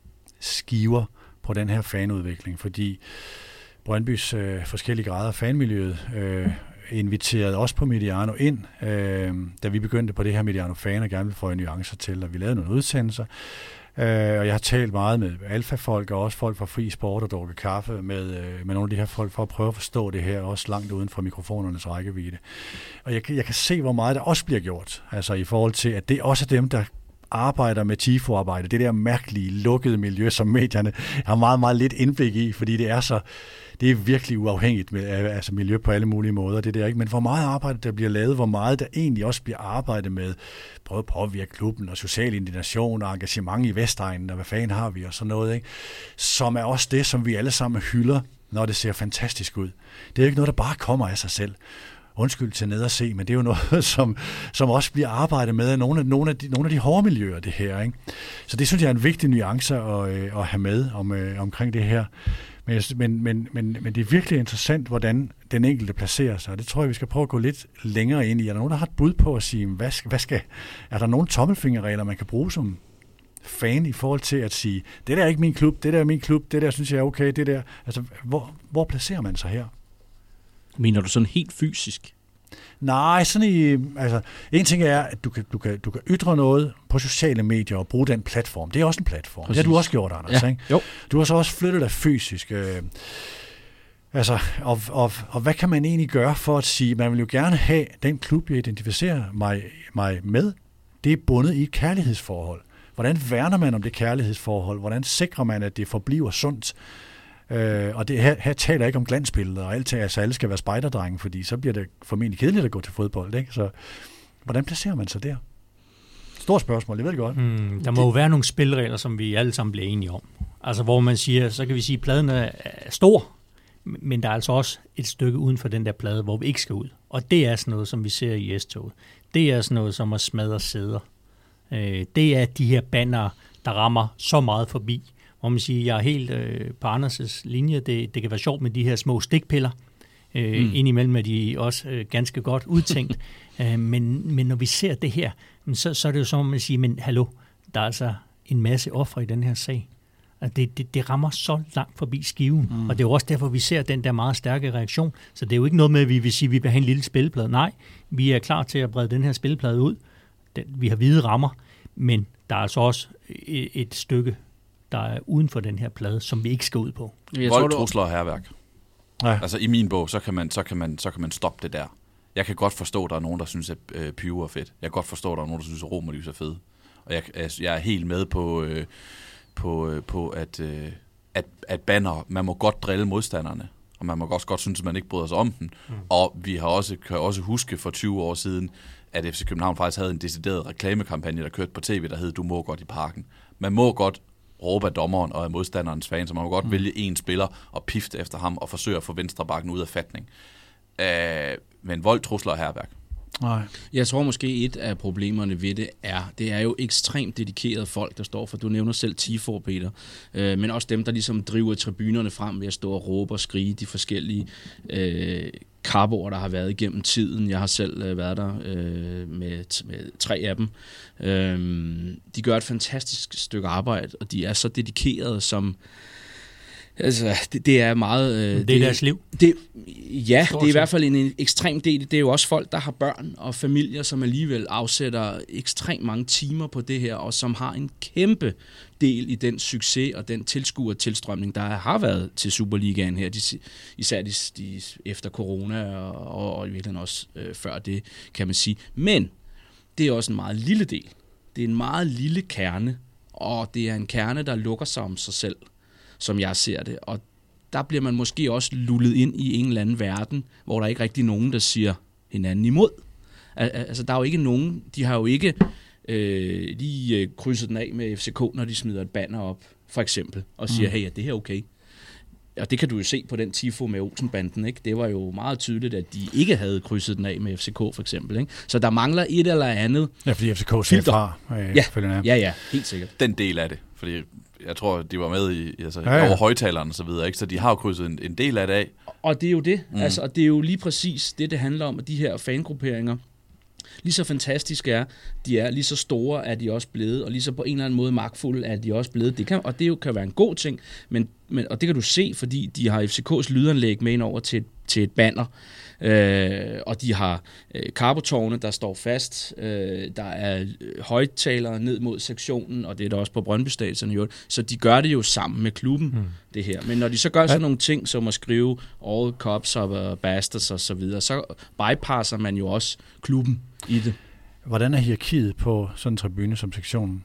skiver på den her fanudvikling, fordi Brøndbys øh, forskellige grader af fanmiljøet øh, inviterede os på Mediano ind, øh, da vi begyndte på det her Mediano Fan, og gerne ville få nuancer til, og vi lavede nogle udsendelser. Øh, og jeg har talt meget med alfa-folk, og også folk fra Fri Sport og drukket kaffe med, øh, med nogle af de her folk, for at prøve at forstå det her, også langt uden for mikrofonernes rækkevidde. Og jeg, jeg kan se, hvor meget der også bliver gjort, altså i forhold til, at det også er dem, der arbejder med tifo-arbejde, det der mærkelige, lukkede miljø, som medierne har meget, meget lidt indblik i, fordi det er så, det er virkelig uafhængigt med altså miljø på alle mulige måder, det der, ikke? Men hvor meget arbejde der bliver lavet, hvor meget der egentlig også bliver arbejdet med, prøve at påvirke klubben og social indignation og engagement i Vestegnen, og hvad fanden har vi og sådan noget, ikke? Som er også det, som vi alle sammen hylder, når det ser fantastisk ud. Det er ikke noget, der bare kommer af sig selv. Undskyld til ned og se, men det er jo noget, som, som også bliver arbejdet med af nogle af, nogle, af de, nogle af de hårde miljøer, det her, ikke? Så det synes jeg er en vigtig nuance at, at have med om, omkring det her. Men, men, men, men, men det er virkelig interessant, hvordan den enkelte placerer sig. Det tror jeg, vi skal prøve at gå lidt længere ind i. Er der nogen, der har et bud på at sige, hvad skal, hvad skal, er der nogle tommelfingerregler, man kan bruge som fan i forhold til at sige, det der er ikke min klub, det der er min klub, det der synes jeg er okay, det der. Altså, hvor, hvor placerer man sig her? Mener du sådan helt fysisk? Nej, sådan i, altså, en ting er, at du kan, du, kan, du kan ytre noget på sociale medier og bruge den platform. Det er også en platform. Præcis. Det har du også gjort, Anders. Ja. Ikke? Jo. Du har så også flyttet dig fysisk. Øh, altså, og, og, og hvad kan man egentlig gøre for at sige, man vil jo gerne have den klub, jeg identificerer mig, mig med, det er bundet i et kærlighedsforhold. Hvordan værner man om det kærlighedsforhold? Hvordan sikrer man, at det forbliver sundt? Øh, og det her, her taler jeg ikke om glansbilleder, og alt, altså alle skal være spejderdrenge, fordi så bliver det formentlig kedeligt at gå til fodbold, ikke? Så hvordan placerer man sig der? Stort spørgsmål, det ved jeg godt. Mm, der må det... jo være nogle spilregler, som vi alle sammen bliver enige om. Altså hvor man siger, så kan vi sige, at pladen er stor, men der er altså også et stykke uden for den der plade, hvor vi ikke skal ud. Og det er sådan noget, som vi ser i S-toget. Det er sådan noget, som at smadre sæder. Øh, det er de her banner, der rammer så meget forbi, hvor man siger, jeg er helt øh, på Anders' linje. Det, det kan være sjovt med de her små stikpiller. Øh, mm. Indimellem er de også øh, ganske godt udtænkt. øh, men, men når vi ser det her, så, så er det jo som at sige, men hallo, der er altså en masse ofre i den her sag. Altså, det, det, det rammer så langt forbi skiven. Mm. Og det er jo også derfor, vi ser den der meget stærke reaktion. Så det er jo ikke noget med, at vi vil sige, at vi vil have en lille spilleplade. Nej, vi er klar til at brede den her spilleplade ud. Den, vi har hvide rammer, men der er altså også et, et stykke, der er uden for den her plade, som vi ikke skal ud på. Vold, trusler og hærværk. Ja. Altså i min bog, så kan, man, så, kan man, så kan man stoppe det der. Jeg kan godt forstå, at der er nogen, der synes, at øh, pyro er fedt. Jeg kan godt forstå, at der er nogen, der synes, at romerlys er fed. Og jeg, jeg er helt med på, øh, på, øh, på at, øh, at, at banner, man må godt drille modstanderne. Og man må også godt synes, at man ikke bryder sig om den. Mm. Og vi har også, kan også huske for tyve år siden, at F C København faktisk havde en decideret reklamekampagne, der kørte på tv, der hed Du må godt i parken. Man må godt råbe af dommeren og af modstanderens fans, så man må godt mm. vælge en spiller og pifte efter ham og forsøge at få venstrebakken ud af fatning. Øh, men vold, trusler og hærværk. Nej. Jeg tror måske et af problemerne ved det er, det er jo ekstremt dedikerede folk, der står for. Du nævner selv Tifo, Peter, øh, men også dem, der ligesom driver tribunerne frem ved at stå og råbe og skrige de forskellige øh, karboer, der har været igennem tiden. Jeg har selv øh, været der øh, med, med tre af dem. Øh, de gør et fantastisk stykke arbejde, og de er så dedikerede som... Altså, det, det er meget... Øh, det er det, deres liv? Det, ja, det er i hvert fald en, en ekstrem del. Det er jo også folk, der har børn og familier, som alligevel afsætter ekstremt mange timer på det her, og som har en kæmpe del i den succes og den tilskuertilstrømning, der har været til Superligaen her, de, især de, de, efter corona og, og i virkeligheden også øh, før det, kan man sige. Men det er også en meget lille del. Det er en meget lille kerne, og det er en kerne, der lukker sig om sig selv, som jeg ser det. Og der bliver man måske også lullet ind i en eller anden verden, hvor der ikke rigtig nogen, der siger hinanden imod. Altså, der er jo ikke nogen, de har jo ikke øh, lige øh, krydset den af med F C K, når de smider et banner op, for eksempel, og siger, mm. hey, er det her okay? Og det kan du jo se på den tifo med Olsenbanden, ikke? Det var jo meget tydeligt, at de ikke havde krydset den af med F C K, for eksempel, ikke? Så der mangler et eller andet. Ja, fordi F C K siger fra. Øh, ja. ja, ja, helt sikkert. Den del af det, fordi jeg tror, de var med i, altså, ja, ja. over højtaleren og så videre, ikke? Så de har jo krydset en, en del af det af. Og det er jo det. Mm. Altså, og det er jo lige præcis det, det handler om, at de her fangrupperinger, lige så fantastiske er, de er lige så store, er de også blevet, og lige så på en eller anden måde magtfulde er de også blevet. Det kan, og det jo kan være en god ting, men, men, og det kan du se, fordi de har F C K's lydanlæg med ind over til, til et banner, øh, og de har øh, karbotårne, der står fast, øh, der er højttalere ned mod sektionen, og det er der også på Brøndby Stadion i øvrigt, så de gør det jo sammen med klubben, mm. det her. Men når de så gør sådan nogle ting, som at skrive All Cops og Bastards og så videre, så bypasser man jo også klubben i det. Hvordan er hierarkiet på sådan en tribune som sektionen?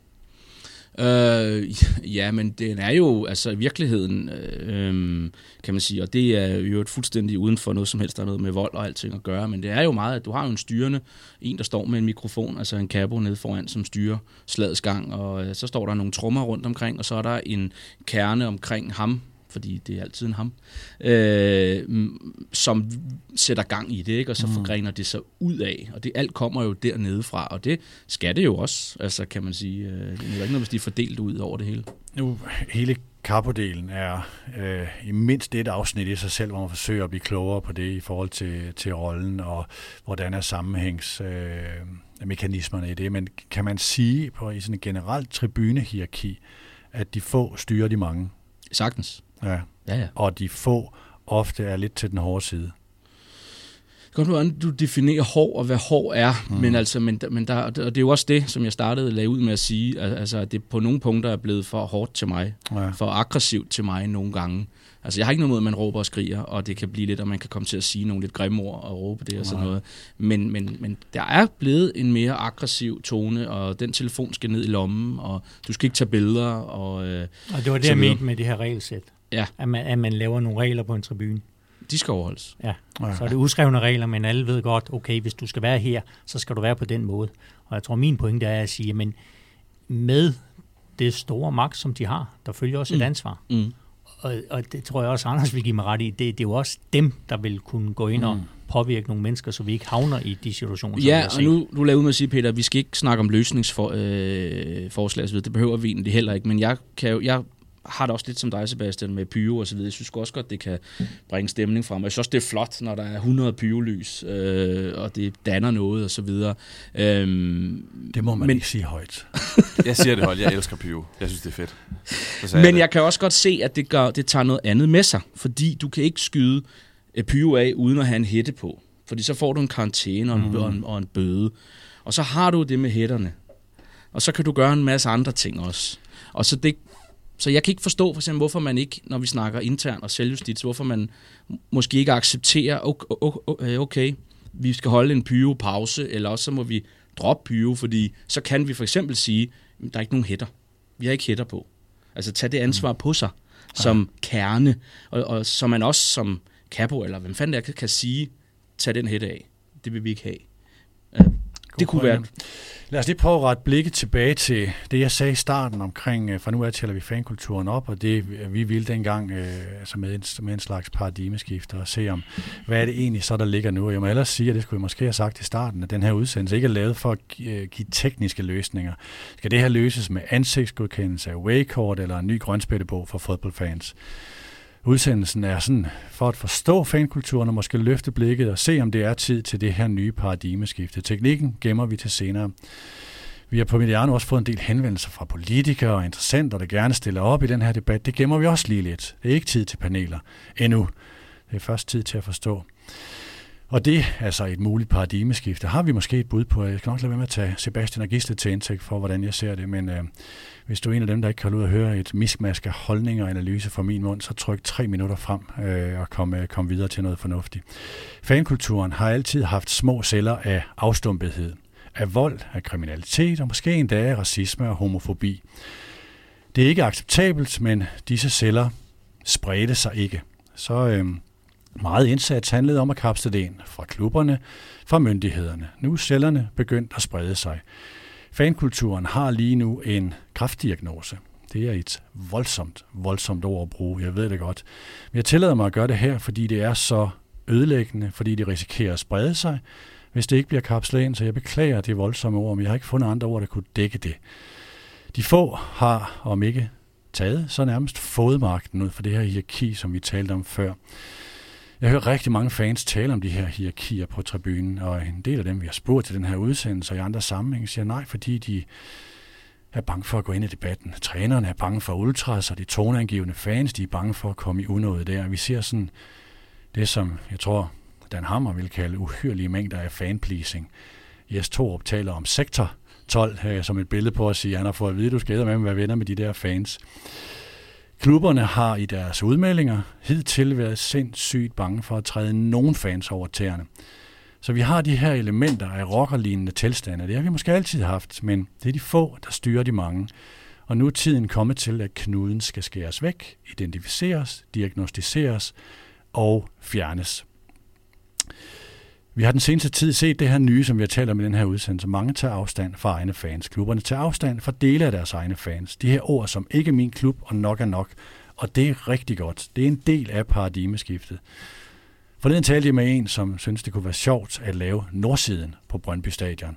Øh, ja, men den er jo altså i virkeligheden, øh, kan man sige, og det er jo et fuldstændig uden for noget som helst, der er noget med vold og alting at gøre, men det er jo meget, at du har jo en styrende, en der står med en mikrofon, altså en cabo nede foran, som styrer slagets gang, og øh, så står der nogle trommer rundt omkring, og så er der en kerne omkring ham, fordi det er altid en ham, øh, som sætter gang i det, ikke? Og så mm. forgrener det sig ud af, og det alt kommer jo dernede fra, og det skal det jo også, altså kan man sige, øh, det er ikke noget, hvis de er fordelt ud over det hele. Nu, hele Capo-delen er øh, i mindst et afsnit i sig selv, hvor man forsøger at blive klogere på det i forhold til, til rollen, og hvordan er sammenhængsmekanismerne øh, i det, men kan man sige på i sådan en generelt tribunehierarki, at de få styrer de mange? Sagtens. Ja. Ja, ja. Og de få ofte er lidt til den hårde side. Godt, hvordan du definerer hård og hvad hård er, mm. men altså, men, men der, og det er jo også det, som jeg startede lagde ud med at sige, altså, at det på nogle punkter er blevet for hårdt til mig, ja. for aggressivt til mig nogle gange. Altså, jeg har ikke noget mod, at man råber og skriger, og det kan blive lidt, og man kan komme til at sige nogle lidt grimme ord og råbe det og sådan noget. Men, men, men der er blevet en mere aggressiv tone, og den telefon skal ned i lommen, og du skal ikke tage billeder. Og, øh, og det var det, jeg mente med det her regelsæt. Ja. At man, at man laver nogle regler på en tribune. De skal overholdes. Ja, så er det uskrevne regler, men alle ved godt, okay, hvis du skal være her, så skal du være på den måde. Og jeg tror, min pointe er at sige, men med det store magt, som de har, der følger også mm. et ansvar. Mm. Og, og det tror jeg også, Anders vil give mig ret i. Det, det er jo også dem, der vil kunne gå ind mm. og påvirke nogle mennesker, så vi ikke havner i de situationer, som ja, og nu, nu lader jeg ud med at sige, Peter, at vi skal ikke snakke om løsningsforslag, øh, det behøver vi egentlig heller ikke, men jeg kan jo... Jeg har det også lidt som dig, Sebastian, med pyro og så videre. Jeg synes også godt, det kan bringe stemning frem. Jeg synes også, det er flot, når der er hundrede pyrolys, øh, og det danner noget og så videre. Øhm, det må man men, ikke sige højt. Jeg siger det højt. Jeg elsker pyro. Jeg synes, det er fedt. Men jeg, jeg kan også godt se, at det, gør, det tager noget andet med sig, fordi du kan ikke skyde pyro af, uden at have en hætte på. Fordi så får du en karantæne og en, mm. og en, og en bøde. Og så har du det med hætterne. Og så kan du gøre en masse andre ting også. Og så det Så jeg kan ikke forstå, for eksempel, hvorfor man ikke, når vi snakker intern og selvjustits, hvorfor man måske ikke accepterer, okay, okay, vi skal holde en pyro-pause, eller også så må vi droppe pyro, fordi så kan vi for eksempel sige, der er ikke nogen hætter. Vi har ikke hætter på. Altså tage det ansvar på sig som kerne, og, og så man også som capo, eller hvem fanden der kan sige, tag den hætte af. Det vil vi ikke have. God det kunne være... Lad os lige prøve at rette blikket tilbage til det, jeg sagde i starten omkring, fra nu af tæller vi fankulturen op, og det vi ville dengang altså med, en, med en slags paradigmeskifte, og se om, hvad er det egentlig så, der ligger nu. Jeg må ellers sige, og det skulle jeg måske have sagt i starten, at den her udsendelse ikke er lavet for at give tekniske løsninger. Skal det her løses med ansigtsgodkendelse af waycard eller en ny grønspættebog for fodboldfans? Udsendelsen er sådan for at forstå fankulturen og måske løfte blikket og se, om det er tid til det her nye paradigmeskifte. Teknikken gemmer vi til senere. Vi har på Mediano også fået en del henvendelser fra politikere og interessenter, der gerne stiller op i den her debat. Det gemmer vi også lige lidt. Det er ikke tid til paneler endnu. Det er først tid til at forstå. Og det, altså et muligt paradigmeskifte, har vi måske et bud på. Jeg skal nok lade være med at tage Sebastian og Gisle til indtægt for, hvordan jeg ser det, men øh, hvis du er en af dem, der ikke kan holde ud at høre et miskmask af holdninger og analyse fra min mund, så tryk tre minutter frem øh, og kom, øh, kom videre til noget fornuftigt. Fankulturen har altid haft små celler af afstumpethed, af vold, af kriminalitet og måske endda af racisme og homofobi. Det er ikke acceptabelt, men disse celler spredte sig ikke. Så... Øh, Meget indsats handlede om at kapsle det ind fra klubberne, fra myndighederne. Nu er cellerne begyndt at sprede sig. Fankulturen har lige nu en kræftdiagnose. Det er et voldsomt, voldsomt ord at bruge. Jeg ved det godt. Men jeg tillader mig at gøre det her, fordi det er så ødelæggende, fordi det risikerer at sprede sig, hvis det ikke bliver kapslet ind. Så jeg beklager det voldsomme ord, men jeg har ikke fundet andre ord, der kunne dække det. De få har, om ikke taget, så nærmest fået magten ud for det her hierarki, som vi talte om før. Jeg hører rigtig mange fans tale om de her hierarkier på tribunen, og en del af dem, vi har spurgt til den her udsendelse og i andre sammenhænge, siger nej, fordi de er bange for at gå ind i debatten. Trænerne er bange for ultras, og de toneangivende fans, de er bange for at komme i unåde der. Vi ser sådan det, som jeg tror, Dan Hammer vil kalde uhyrlige mængder af fanpleasing. Jes Torup taler om sektor tolv øh, som et billede på at sige, at han har fået at vide, at du skal med at være venner med de der fans. Klubberne har i deres udmeldinger hidtil været sindssygt bange for at træde nogen fans over tæerne. Så vi har de her elementer af rockerlignende tilstande. Det har vi måske altid haft, men det er de få, der styrer de mange. Og nu er tiden kommet til, at knuden skal skæres væk, identificeres, diagnostiseres og fjernes. Vi har den seneste tid set det her nye, som vi har talt om i den her udsendelse. Mange tager afstand fra egne fans. Klubberne tager afstand fra dele af deres egne fans. De her ord som ikke min klub og nok er nok. Og det er rigtig godt. Det er en del af paradigmeskiftet. Forleden talte jeg med en, som synes det kunne være sjovt at lave nordsiden på Brøndby Stadion.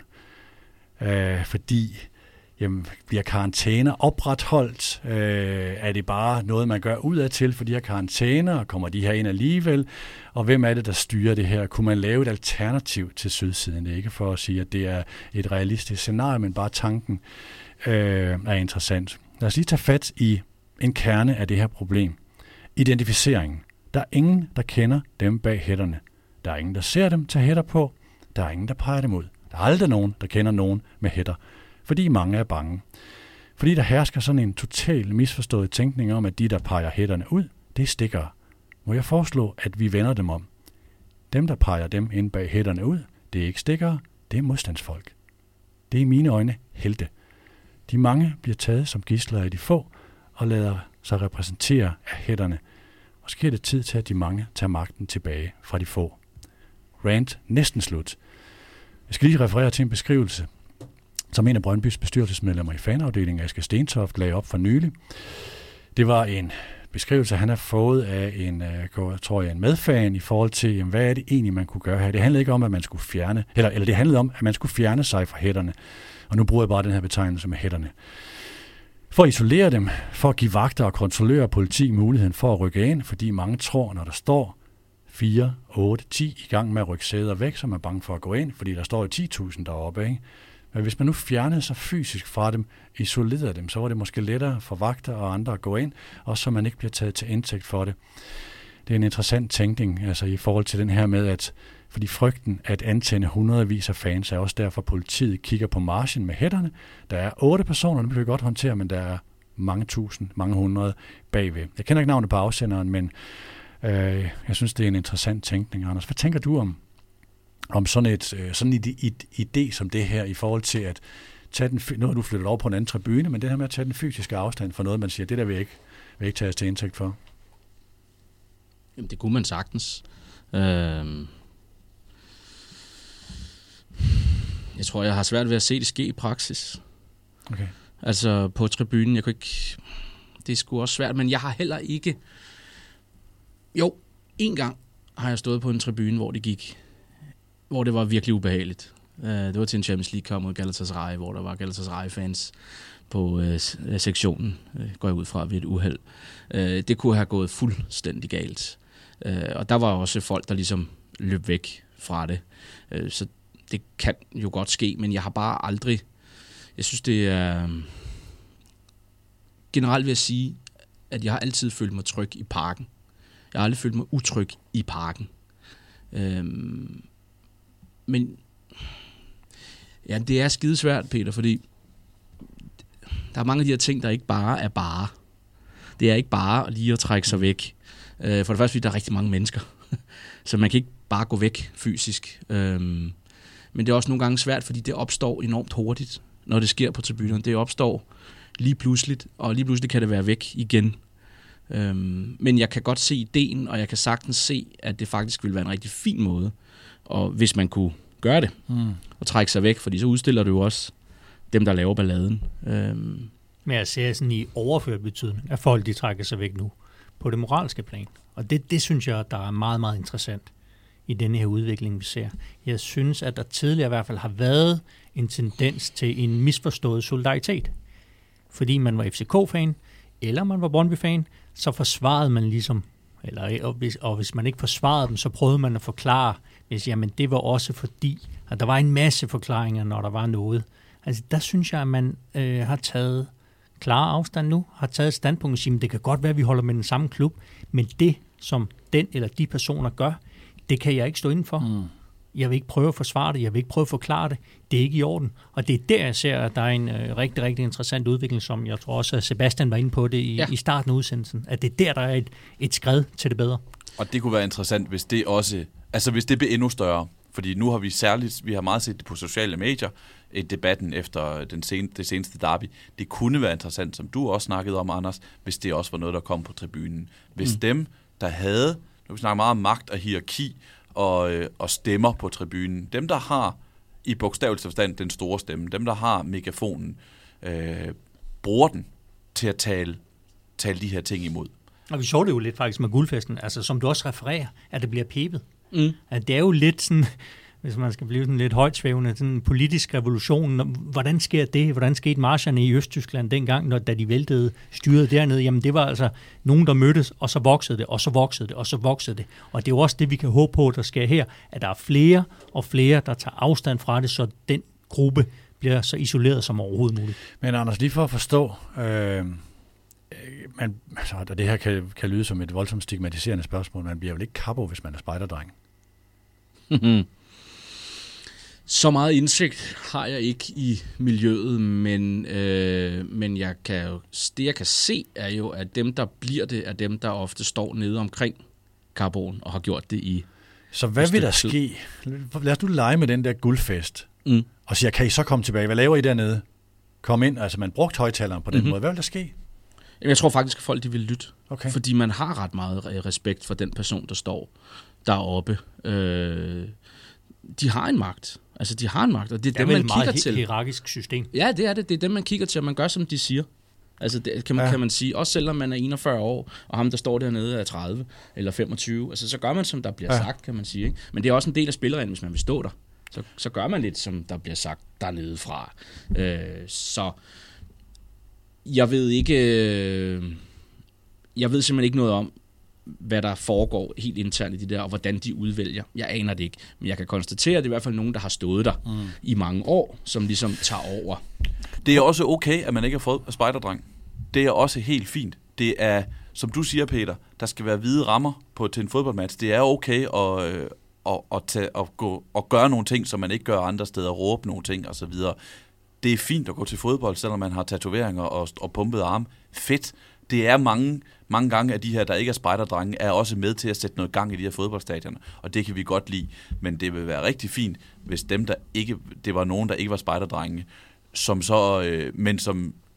Øh, fordi jamen, bliver karantæner opretholdt? Øh, er det bare noget, man gør udad til for de her karantæner, og kommer de her ind alligevel? Og hvem er det, der styrer det her? Kunne man lave et alternativ til sydsiden? Det er ikke for at sige, at det er et realistisk scenarie, men bare tanken øh, er interessant. Lad os lige tage fat i en kerne af det her problem. Identificeringen. Der er ingen, der kender dem bag hætterne. Der er ingen, der ser dem tage hætter på. Der er ingen, der peger dem ud. Der er aldrig nogen, der kender nogen med hætter. Fordi mange er bange. Fordi der hersker sådan en total misforstået tænkning om, at de, der peger hætterne ud, det er stikkere. Må jeg foreslå, at vi vender dem om. Dem, der peger dem ind bag hætterne ud, det er ikke stikkere, det er modstandsfolk. Det er i mine øjne helte. De mange bliver taget som gidsler af de få, og lader sig repræsentere af hætterne. Måske er det tid til, at de mange tager magten tilbage fra de få. Rant næsten slut. Jeg skal lige referere til en beskrivelse, som en af Brøndbys bestyrelsesmedlemmer i fanafdelingen, Aske Stentoft, lagde op for nylig. Det var en beskrivelse, han har fået af en, jeg tror jeg, en medfan i forhold til, jamen, hvad er det egentlig, man kunne gøre her. Det handlede ikke om, at man skulle fjerne, eller, eller det handlede om, at man skulle fjerne sig fra hætterne. Og nu bruger jeg bare den her betegnelse med hætterne. For at isolere dem, for at give vagter og kontrollører og politi muligheden for at rykke ind, fordi mange tror, når der står fire, otte, ti i gang med at rykke sæder væk, så er man bange for at gå ind, fordi der står jo ti tusind deroppe, ikke? Men hvis man nu fjernede sig fysisk fra dem, isolerede dem, så var det måske lettere for vagter og andre at gå ind, også så man ikke bliver taget til indtægt for det. Det er en interessant tænkning, altså i forhold til den her med, at fordi frygten at antænde hundredvis af fans er også derfor, politiet kigger på marchen med hætterne. Der er otte personer, det kan vi godt håndtere, men der er mange tusind, mange hundrede bagved. Jeg kender ikke navnet på afsenderen, men øh, jeg synes, det er en interessant tænkning, Anders. Hvad tænker du om om sådan et sådan et, et idé som det her i forhold til at tage den, nu har du flyttet over på en anden tribune, men det her med at tage den fysiske afstand for noget, man siger, det der vil ikke, vil ikke tages til indtægt for? Jamen, det kunne man sagtens. Øhm. Jeg tror, jeg har svært ved at se det ske i praksis. Okay. Altså på tribunen, jeg kunne ikke... Det er sgu også svært, men jeg har heller ikke... Jo, en gang har jeg stået på en tribune, hvor det gik... Hvor det var virkelig ubehageligt. Uh, det var til en Champions League-kamp mod Galatasaray, hvor der var Galatasaray-fans på uh, sektionen, uh, går jeg ud fra ved et uheld. Uh, det kunne have gået fuldstændig galt. Uh, og der var også folk, der ligesom løb væk fra det. Uh, så det kan jo godt ske, men jeg har bare aldrig... Jeg synes, det er... Generelt vil jeg sige, at jeg har altid følt mig tryg i parken. Jeg har aldrig følt mig utryg i parken. Øhm, men ja, det er skidesvært, Peter, fordi der er mange af de her ting, der ikke bare er bare. Det er ikke bare lige at trække sig væk. Øh, for det første, fordi der er rigtig mange mennesker. Så man kan ikke bare gå væk fysisk. Øhm, men det er også nogle gange svært, fordi det opstår enormt hurtigt, når det sker på tribunerne. Det opstår lige pludseligt, og lige pludselig kan det være væk igen. Øhm, men jeg kan godt se ideen, og jeg kan sagtens se, at det faktisk ville være en rigtig fin måde, og hvis man kunne gøre det, mm. og trække sig væk, fordi så udstiller du jo også dem, der laver balladen. Øhm. Men jeg ser sådan i overført betydning, at folk de trækker sig væk nu på det moralske plan. Og det, det synes jeg, der er meget, meget interessant i denne her udvikling, vi ser. Jeg synes, at der tidligere i hvert fald har været en tendens til en misforstået solidaritet. Fordi man var F C K-fan, eller man var Brøndby-fan, så forsvarede man ligesom, eller, og, hvis, og hvis man ikke forsvarede dem, så prøvede man at forklare, hvis jamen det var også fordi, at der var en masse forklaringer, når der var noget. Altså der synes jeg, at man øh, har taget klare afstand nu, har taget et standpunkt og siger, det kan godt være, at vi holder med den samme klub, men det, som den eller de personer gør, det kan jeg ikke stå inden for. Mm. Jeg vil ikke prøve at forsvare det, jeg vil ikke prøve at forklare det, det er ikke i orden. Og det er der, jeg ser, at der er en øh, rigtig, rigtig interessant udvikling, som jeg tror også, at Sebastian var inde på det i, ja. i starten af udsendelsen, at det er der, der er et, et skred til det bedre. Og det kunne være interessant, hvis det også, altså hvis det bliver endnu større, fordi nu har vi særligt, vi har meget set det på sociale medier, i debatten efter den sen, det seneste derby. Det kunne være interessant, som du også snakkede om, Anders, hvis det også var noget, der kom på tribunen. Hvis mm. dem, der havde, nu vi snakker meget om magt og hierarki, Og, øh, og stemmer på tribunen. Dem, der har i bogstavelig forstand den store stemme, dem, der har megafonen, øh, bruger den til at tale, tale de her ting imod. Og vi så det jo lidt faktisk med guldfesten, altså som du også refererer, at det bliver pebet. Mm. At det er jo lidt sådan, hvis man skal blive sådan lidt højtsvævende, sådan en politisk revolution. Hvordan sker det? Hvordan skete marcherne i Østtyskland dengang, når, da de væltede styret dernede? Jamen det var altså nogen, der mødtes, og så voksede det, og så voksede det, og så voksede det. Og det er jo også det, vi kan håbe på, der sker her, at der er flere og flere, der tager afstand fra det, så den gruppe bliver så isoleret som overhovedet muligt. Men Anders, lige for at forstå, øh, man, altså, det her kan, kan lyde som et voldsomt stigmatiserende spørgsmål, man bliver jo ikke kappo, hvis man er spejderdreng. Så meget indsigt har jeg ikke i miljøet, men, øh, men jeg kan jo, det jeg kan se er jo, at dem, der bliver det, er dem, der ofte står nede omkring karboen og har gjort det i. Så hvad vil der tid. ske? Lad os nu lege med den der guldfest, mm. og sige, kan I så komme tilbage? Hvad laver I dernede? Kom ind, altså man brugte højtaleren på den mm-hmm. måde. Hvad vil der ske? Jeg tror faktisk, at folk de vil lytte, okay. fordi man har ret meget respekt for den person, der står deroppe. Øh, de har en magt. Altså, de har en magt, og det er, det er dem, man kigger til. Det er et hierarkisk system. Ja, det er det. Det er dem, man kigger til, og man gør, som de siger. Altså, det kan man, ja. kan man sige. Også selvom man er enogfyrre år, og ham, der står dernede, er tredive eller femogtyve. Altså, så gør man, som der bliver ja. sagt, kan man sige. Ikke? Men det er også en del af spillereglen, hvis man vil stå der. Så, så gør man lidt, som der bliver sagt dernede fra. Øh, så jeg ved ikke... Øh, jeg ved simpelthen ikke noget om, hvad der foregår helt internt i det der, og hvordan de udvælger. Jeg aner det ikke, men jeg kan konstatere, at det er i hvert fald nogen, der har stået der mm. i mange år, som ligesom tager over. Det er også okay, at man ikke har fået spejderdreng. Det er også helt fint. Det er, som du siger, Peter, der skal være hvide rammer på, til en fodboldmatch. Det er okay at, øh, at, at, tage, at, gå, at gøre nogle ting, som man ikke gør andre steder, råbe nogle ting osv. Det er fint at gå til fodbold, selvom man har tatoveringer og, og pumpet arme. Fedt. Det er mange, mange gange af de her, der ikke er spejderdrenge, er også med til at sætte noget gang i de her fodboldstadioner, og det kan vi godt lide. Men det vil være rigtig fint, hvis dem, der ikke, det var nogen, der ikke var spejderdrenge, som så, øh, men som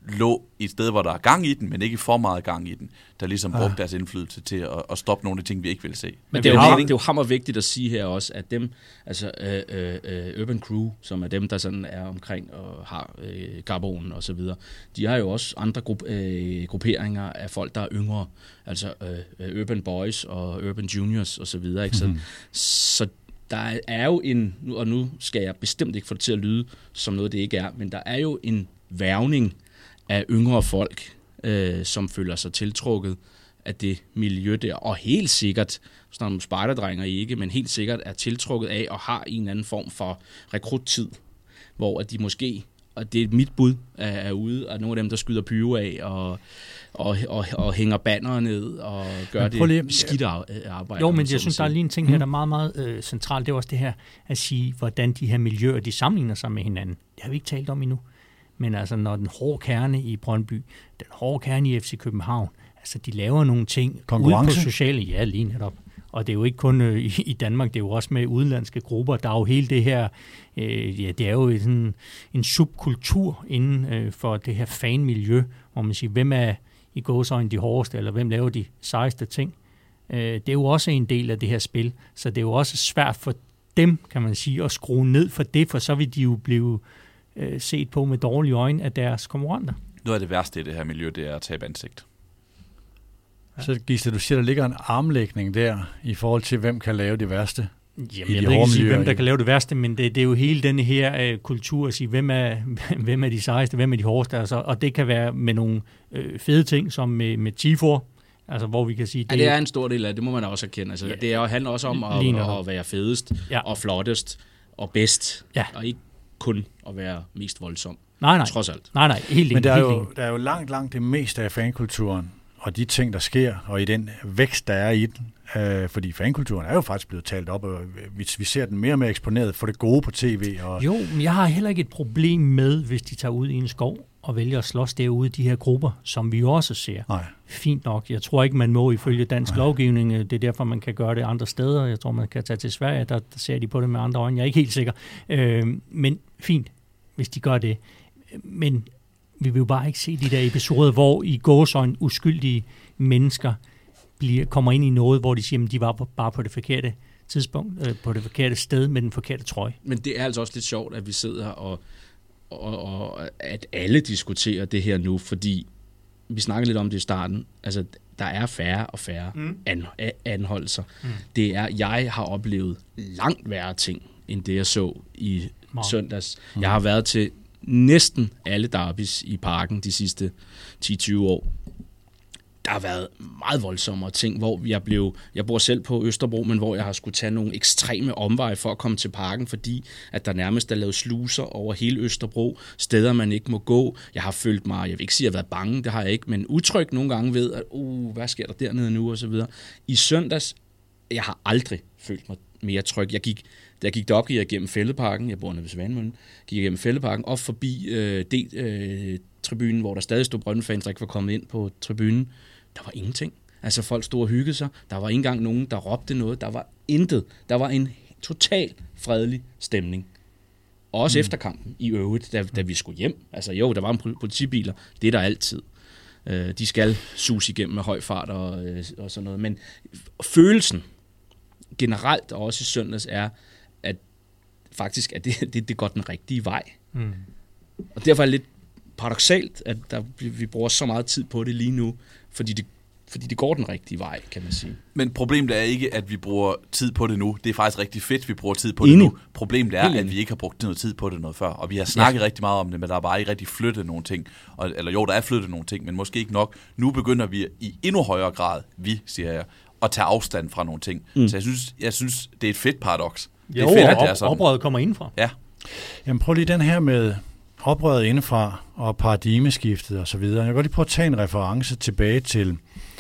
lå i et sted, hvor der er gang i den, men ikke for meget gang i den, der ligesom brugte Ah. deres indflydelse til at, at stoppe nogle af de ting, vi ikke vil se. Men det er, jo, det er jo hammer vigtigt at sige her også, at dem, altså øh, øh, Urban Crew, som er dem, der sådan er omkring og har øh, Gaboen og så videre, de har jo også andre grup, øh, grupperinger af folk, der er yngre, altså øh, Urban Boys og Urban Juniors og så videre, ikke? Mm-hmm. Så, så der er jo en, og nu skal jeg bestemt ikke få det til at lyde som noget, det ikke er, men der er jo en værvning af yngre folk, øh, som føler sig tiltrukket af det miljø der, og helt sikkert, sådan nogle spejderdrenger ikke, men helt sikkert er tiltrukket af og har en eller anden form for rekruttid, hvor at de måske, og det er mit bud, er, er ude, og nogle af dem, der skyder pyro af, og, og, og, og hænger bannere ned, og gør det lige, skidt arbejde. Jo, men jeg synes, der er lige en ting her, der er meget, meget øh, centralt. Det er også det her at sige, hvordan de her miljøer, de sammenligner sig med hinanden. Det har vi ikke talt om endnu. Men altså, når den hårde kerne i Brøndby, den hårde kerne i F C København, altså, de laver nogle ting ude på sociale, ja, lige netop. Og det er jo ikke kun øh, i, i Danmark, det er jo også med udenlandske grupper. Der er jo hele det her, øh, ja, det er jo sådan en subkultur inden øh, for det her fanmiljø, hvor man siger, hvem er i gåseøjne de hårdeste, eller hvem laver de sejeste ting. Øh, det er jo også en del af det her spil, så det er jo også svært for dem, kan man sige, at skrue ned for det, for så vil de jo blive øh, set på med dårlige øjne af deres konkurrenter. Noget af det værste i det her miljø, det er at tabe ansigt. Så Gisle, du siger, der ligger en armlægning der, i forhold til, hvem kan lave det værste. Jamen, jeg vil ikke sige, hvem der kan lave det værste, men det, det er jo hele denne her øh, kultur at sige, hvem er, hvem er de sejeste, hvem er de hårdeste, altså, og det kan være med nogle øh, fede ting, som med, med Tifor, altså hvor vi kan sige... Det, ja, det er en stor del af det, må man også erkende. Altså, ja, det er, handler også om at, at være fedest, ja, og flottest, og bedst, ja, og ikke kun at være mest voldsom. Nej, nej. Trods alt. Nej, nej, helt Men der er, jo, der er jo langt, langt det meste af fankulturen, og de ting, der sker, og i den vækst, der er i den. Øh, fordi fankulturen er jo faktisk blevet talt op, og vi, vi ser den mere og mere eksponeret for det gode på tv. Og jo, men jeg har heller ikke et problem med, hvis de tager ud i en skov og vælger at slås derude, de her grupper, som vi også ser. Nej. Fint nok. Jeg tror ikke, man må ifølge dansk Nej. lovgivning. Det er derfor, man kan gøre det andre steder. Jeg tror, man kan tage til Sverige, der, der ser de på det med andre øjne. Jeg er ikke helt sikker. Øh, men fint, hvis de gør det. Men vi vil jo bare ikke se de der episoder, hvor i gåseøjne uskyldige mennesker bliver, kommer ind i noget, hvor de siger, at de var på, bare på det forkerte tidspunkt, øh, på det forkerte sted med den forkerte trøje. Men det er altså også lidt sjovt, at vi sidder og, og, og at alle diskuterer det her nu, fordi vi snakker lidt om det i starten. Altså, der er færre og færre mm. an, anholdelser. Mm. Det er, jeg har oplevet langt værre ting, end det jeg så i wow. søndags. Mm. Jeg har været til næsten alle derbys i Parken de sidste ti til tyve år. Der har været meget voldsommere ting, hvor jeg blev, jeg bor selv på Østerbro, men hvor jeg har skulle tage nogle ekstreme omveje for at komme til Parken, fordi at der nærmest er lavet sluser over hele Østerbro, steder man ikke må gå. Jeg har følt mig, jeg vil ikke sige, at jeg har været bange, det har jeg ikke, men utryg nogle gange ved, at uh, hvad sker der dernede nu, og så videre. I søndags, jeg har aldrig følt mig mere tryg. Jeg gik, da jeg gik derop, gik jeg igennem Fælledparken, jeg bor nede ved Svanemøllen, gik jeg igennem Fælledparken, op forbi øh, D-tribunen, øh, hvor der stadig stod Brøndby-fans, der ikke var kommet ind på tribunen. Der var ingenting. Altså folk stod og hyggede sig. Der var ikke engang nogen, der råbte noget. Der var intet. Der var en total fredelig stemning. Også mm. efter kampen i øvrigt, da, da vi skulle hjem. Altså jo, der var en politibiler. Det er der altid. Øh, de skal sus igennem med høj fart og, øh, og sådan noget. Men følelsen generelt, og også i søndags, er, at faktisk at det, det, det går den rigtige vej. Mm. Og derfor er det lidt paradoksalt, at der, vi bruger så meget tid på det lige nu, fordi det, fordi det går den rigtige vej, kan man sige. Men problemet er ikke, at vi bruger tid på det nu. Det er faktisk rigtig fedt, at vi bruger tid på Enig. det nu. Problemet er, at vi ikke har brugt noget tid på det noget før. Og vi har snakket ja. rigtig meget om det, men der er bare ikke rigtig flyttet nogle ting. Og, eller jo, der er flyttet nogle ting, men måske ikke nok. Nu begynder vi i endnu højere grad, vi siger jeg, at tage afstand fra nogle ting. Mm. Så jeg synes, jeg synes, det er et fedt paradoks. Jo, det er fedt, at det er sådan. Oprøret kommer indenfra. Ja. Jamen prøv lige den her med oprøret indefra og paradigmeskiftet og så videre. Jeg kan godt lige prøve at tage en reference tilbage til,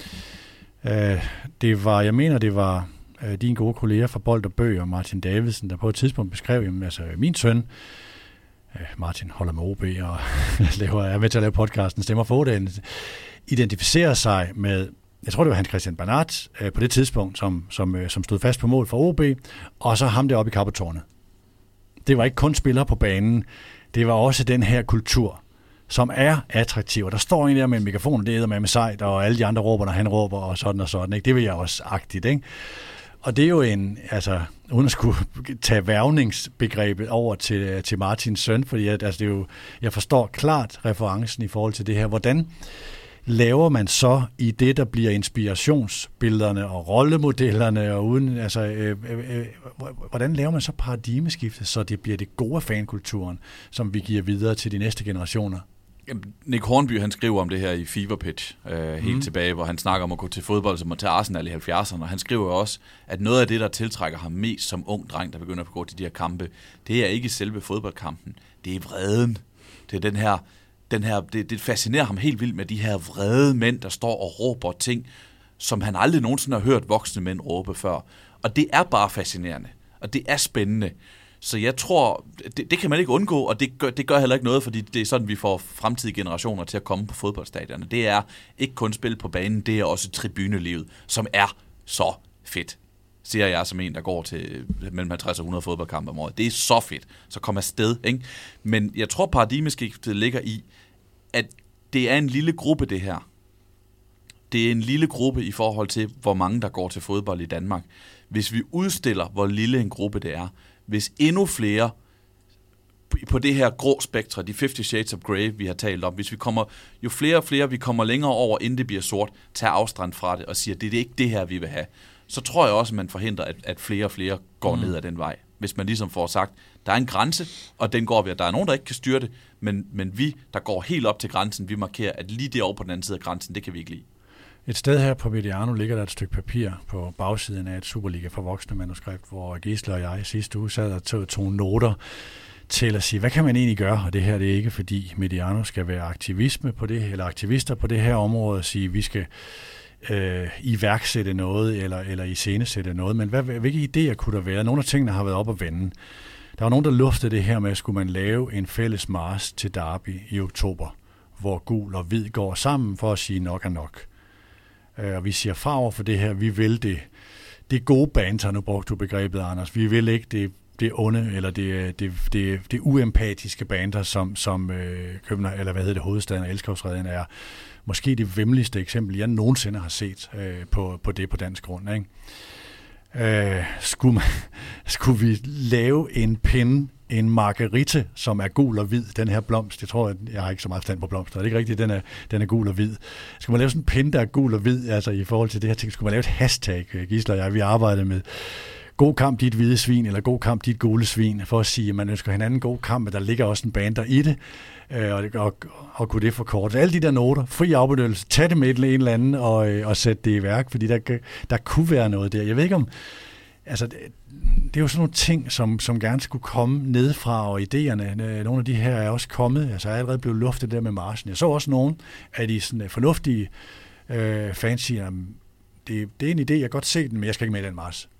øh, det var, jeg mener, det var øh, din gode kollega fra Bold og Bøg og Martin Davidsen, der på et tidspunkt beskrev, jamen, altså min søn, øh, Martin holder med O B og laver, er med til at lave podcasten Stemmer for Ådalen, identificerer sig med, jeg tror det var Hans Christian Bernat øh, på det tidspunkt, som, som, øh, som stod fast på mål for O B, og så ham deroppe i Kappetårnet. Det var ikke kun spillere på banen, det var også den her kultur, som er attraktive. Der står en der med en mikrofon, det er med med sejt, og alle de andre råber, når han råber, og sådan og sådan. Ikke? Det vil jeg også agtigt, ikke? Og det er jo en, altså, uden at skulle tage værvningsbegrebet over til, til Martins søn, fordi jeg, altså, det er jo, jeg forstår klart referencen i forhold til det her. Hvordan laver man så i det, der bliver inspirationsbillederne og rollemodellerne, og uden, altså, øh, øh, hvordan laver man så paradigmeskiftet, så det bliver det gode fankulturen, som vi giver videre til de næste generationer? Nick Hornby, han skriver om det her i Fever Pitch, øh, helt mm. tilbage, hvor han snakker om at gå til fodbold som at tage Arsenal i halvfjerdserne, og han skriver også, at noget af det, der tiltrækker ham mest som ung dreng, der begynder at gå til de her kampe, det er ikke selve fodboldkampen, det er vreden. Det er den her, den her det, det fascinerer ham helt vildt med de her vrede mænd, der står og råber ting, som han aldrig nogensinde har hørt voksne mænd råbe før. Og det er bare fascinerende, og det er spændende. Så jeg tror, det, det kan man ikke undgå, og det gør, det gør heller ikke noget, fordi det er sådan, vi får fremtidige generationer til at komme på fodboldstadionerne. Det er ikke kun spil på banen, det er også tribunelivet, som er så fedt, siger jeg som en, der går til mellem halvtreds og hundrede fodboldkampe om året. Det er så fedt, så kom afsted, ikke? Men jeg tror, paradigmeskiftet ligger i, at det er en lille gruppe, det her. Det er en lille gruppe i forhold til, hvor mange der går til fodbold i Danmark. Hvis vi udstiller, hvor lille en gruppe det er, hvis endnu flere på det her grå spektre, de Fifty Shades of Grey, vi har talt om, hvis vi kommer, jo flere og flere vi kommer længere over, inden det bliver sort, tager afstand fra det og siger, det er ikke det her, vi vil have, så tror jeg også, at man forhindrer, at, at flere og flere går mm. ned ad den vej. Hvis man ligesom får sagt, der er en grænse, og den går vi, at der er nogen, der ikke kan styre det, men, men vi, der går helt op til grænsen, vi markerer, at lige derovre på den anden side af grænsen, det kan vi ikke lide. Et sted her på Mediano ligger der et stykke papir på bagsiden af et Superliga for voksne manuskript, hvor Gisle og jeg sidste uge sad og tog, tog noter til at sige, hvad kan man egentlig gøre? Og det her det er ikke, fordi Mediano skal være aktivisme på det, eller aktivister på det her område, og sige, at vi skal øh, iværksætte noget, eller, eller iscenesætte noget. Men hvad, hvilke idéer kunne der være? Nogle af tingene har været op at vende. Der var nogen, der luftede det her med, at skulle man lave en fælles march til Derby i oktober, hvor gul og hvid går sammen for at sige nok er nok. Og vi siger fra over for det her, vi vil det, det gode banter, nu brugte du begrebet, Anders, vi vil ikke det, det onde, eller det, det, det, det uempatiske banter, som, som øh, København, eller hvad hedder det, hovedstaden og Elskovsreden er, måske det vemmeligste eksempel, jeg nogensinde har set øh, på, på det på dansk grund. Ikke? Øh, skulle, man, skulle vi lave en pinde, en marguerite, som er gul og hvid, den her blomst, jeg tror, jeg har ikke så meget stand på blomster, det er ikke rigtigt, den er, den er gul og hvid. Skal man lave sådan en pinde, der er gul og hvid, altså i forhold til det her ting, skulle man lave et hashtag, Gisle og jeg, vi arbejder med, god kamp, dit hvide svin, eller god kamp, dit gule svin, for at sige, at man ønsker hinanden god kamp, der ligger også en bander i det, og, og, og kunne det forkorte. Alle de der noter, fri afbenyttelse, tag det med et eller andet, og, og sætte det i værk, fordi der, der kunne være noget der. Jeg ved ikke om, altså, det, det er jo sådan nogle ting, som, som gerne skulle komme nedefra, og idéerne, nogle af de her er også kommet, altså er allerede blevet luftet der med marchen. Jeg så også nogle af de sådan, fornuftige øh, fans siger, det, det er en idé, jeg kan godt se den, men jeg skal ikke med i den march.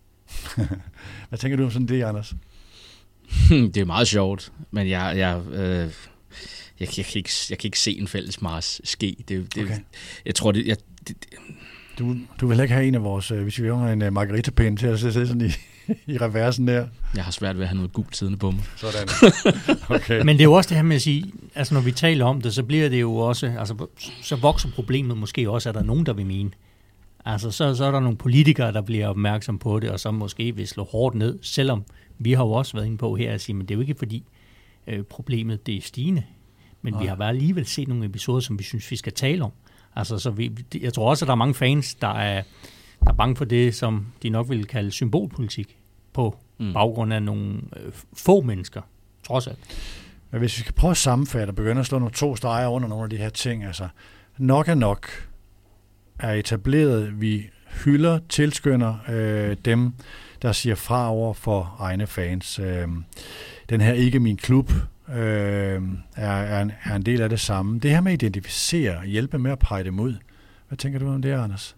Hvad tænker du om sådan det, Anders? Det er meget sjovt, men jeg, jeg, øh, jeg, jeg, kan ikke, jeg kan ikke se en fælles march ske. Det, det, okay. Jeg tror, det... Jeg, det, Du, du vil ikke have en af vores, hvis vi har en uh, margaritapind til at sidde sådan i, i reversen der. Jeg har svært ved at have noget gult siddende på mig. Sådan. Okay. Men det er jo også det her med at sige, altså når vi taler om det, så bliver det jo også, altså så vokser problemet måske også, at der er nogen, der vil mene. Altså så, så er der nogle politikere, der bliver opmærksom på det, og så måske vil slå hårdt ned, selvom vi har jo også været inde på her at sige, men det er jo ikke fordi øh, problemet det er stigende, men Nej. vi har bare alligevel set nogle episoder, som vi synes, vi skal tale om. Altså, så vi, jeg tror også, at der er mange fans, der er, der er bange for det, som de nok vil kalde symbolpolitik på mm. baggrund af nogle øh, få mennesker, trods alt. Men hvis vi skal prøve at sammenfatte og begynde at slå nogle to streger under nogle af de her ting, altså nok er nok er etableret, vi hylder, tilskynder øh, dem, der siger fra over for egne fans. Øh, den her ikke min klub, Øh, er, er, en, er en del af det samme. Det her med at identificere og hjælpe med at pege dem ud. Hvad tænker du om det, Anders?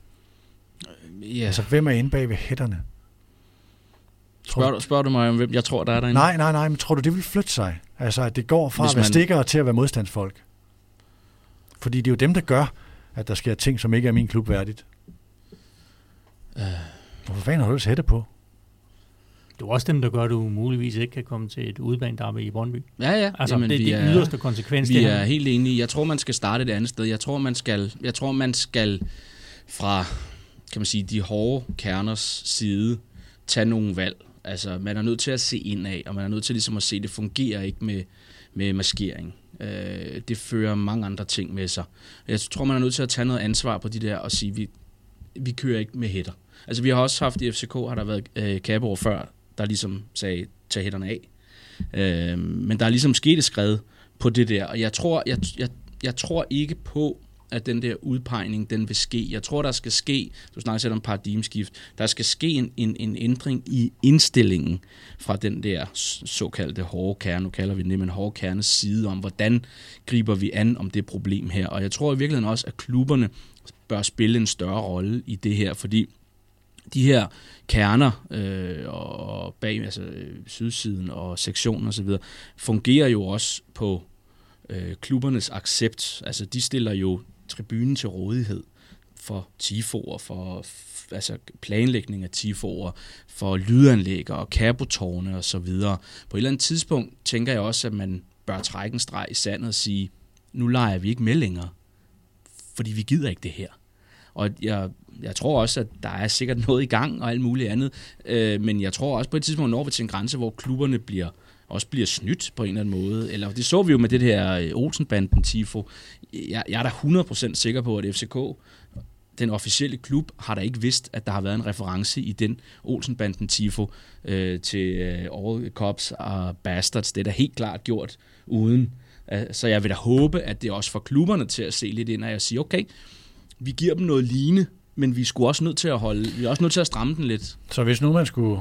Yeah. Altså, hvem er inde bag ved hætterne? Spørger, spørger du mig om, hvem jeg tror, der er derinde? Nej, nej, nej, men tror du, det vil flytte sig? Altså, at det går fra Hvis at være man... stikkere til at være modstandsfolk? Fordi det er jo dem, der gør, at der sker ting, som ikke er min klub værdigt. Uh... Hvorfor fanden har du ellers hætte på? Det er også dem, der gør, at du muligvis ikke kan komme til et udebanederby i Brøndby. Ja, ja. Altså, Jamen, det, vi det er yderste konsekvens. Vi det er helt enige. Jeg tror, man skal starte et andet sted. Jeg tror, man skal, jeg tror, man skal fra, kan man sige, de hårde kerners side tage nogle valg. Altså, man er nødt til at se indad, og man er nødt til ligesom at se, at det fungerer ikke med, med maskering. Øh, det fører mange andre ting med sig. Jeg tror, man er nødt til at tage noget ansvar på de der og sige, vi, vi kører ikke med hætter. Altså, vi har også haft i F C K, har der været øh, Kaberup før, der ligesom sagde, tag hætterne af. Øh, men der er ligesom sket et skred på det der, og jeg tror, jeg, jeg, jeg tror ikke på, at den der udpegning, den vil ske. Jeg tror, der skal ske, du snakker selv om paradigmeskift, der skal ske en, en, en ændring i indstillingen fra den der såkaldte hårde kerne, nu kalder vi det, men hårde kernes side om, hvordan griber vi an om det problem her. Og jeg tror i virkeligheden også, at klubberne bør spille en større rolle i det her, fordi de her kerner øh, og bag, altså sydsiden og sektionen osv., fungerer jo også på øh, klubbernes accept. Altså de stiller jo tribunen til rådighed for tifoer, for f- altså planlægning af tifoer, for lydanlæg og kabotårne og så videre. På et eller andet tidspunkt tænker jeg også, at man bør trække en streg i sandet og sige, nu leger vi ikke med længere, fordi vi gider ikke det her. Og jeg, jeg tror også, at der er sikkert noget i gang og alt muligt andet, øh, men jeg tror også på et tidspunkt når vi til en grænse, hvor klubberne bliver også bliver snydt på en eller anden måde. Eller det så vi jo med det her Olsenbanden-tifo. Jeg, jeg er da hundrede procent sikker på, at F C K, den officielle klub, har da ikke vidst, at der har været en reference i den Olsenbanden-tifo øh, til øh, All Cops og Bastards. Det er da helt klart gjort uden. Så jeg vil da håbe, at det også får klubberne til at se lidt ind og sige, okay, vi giver dem noget lignende, men vi er sgu også nødt til at holde, vi er også nødt til at stramme den lidt. Så hvis nu man skulle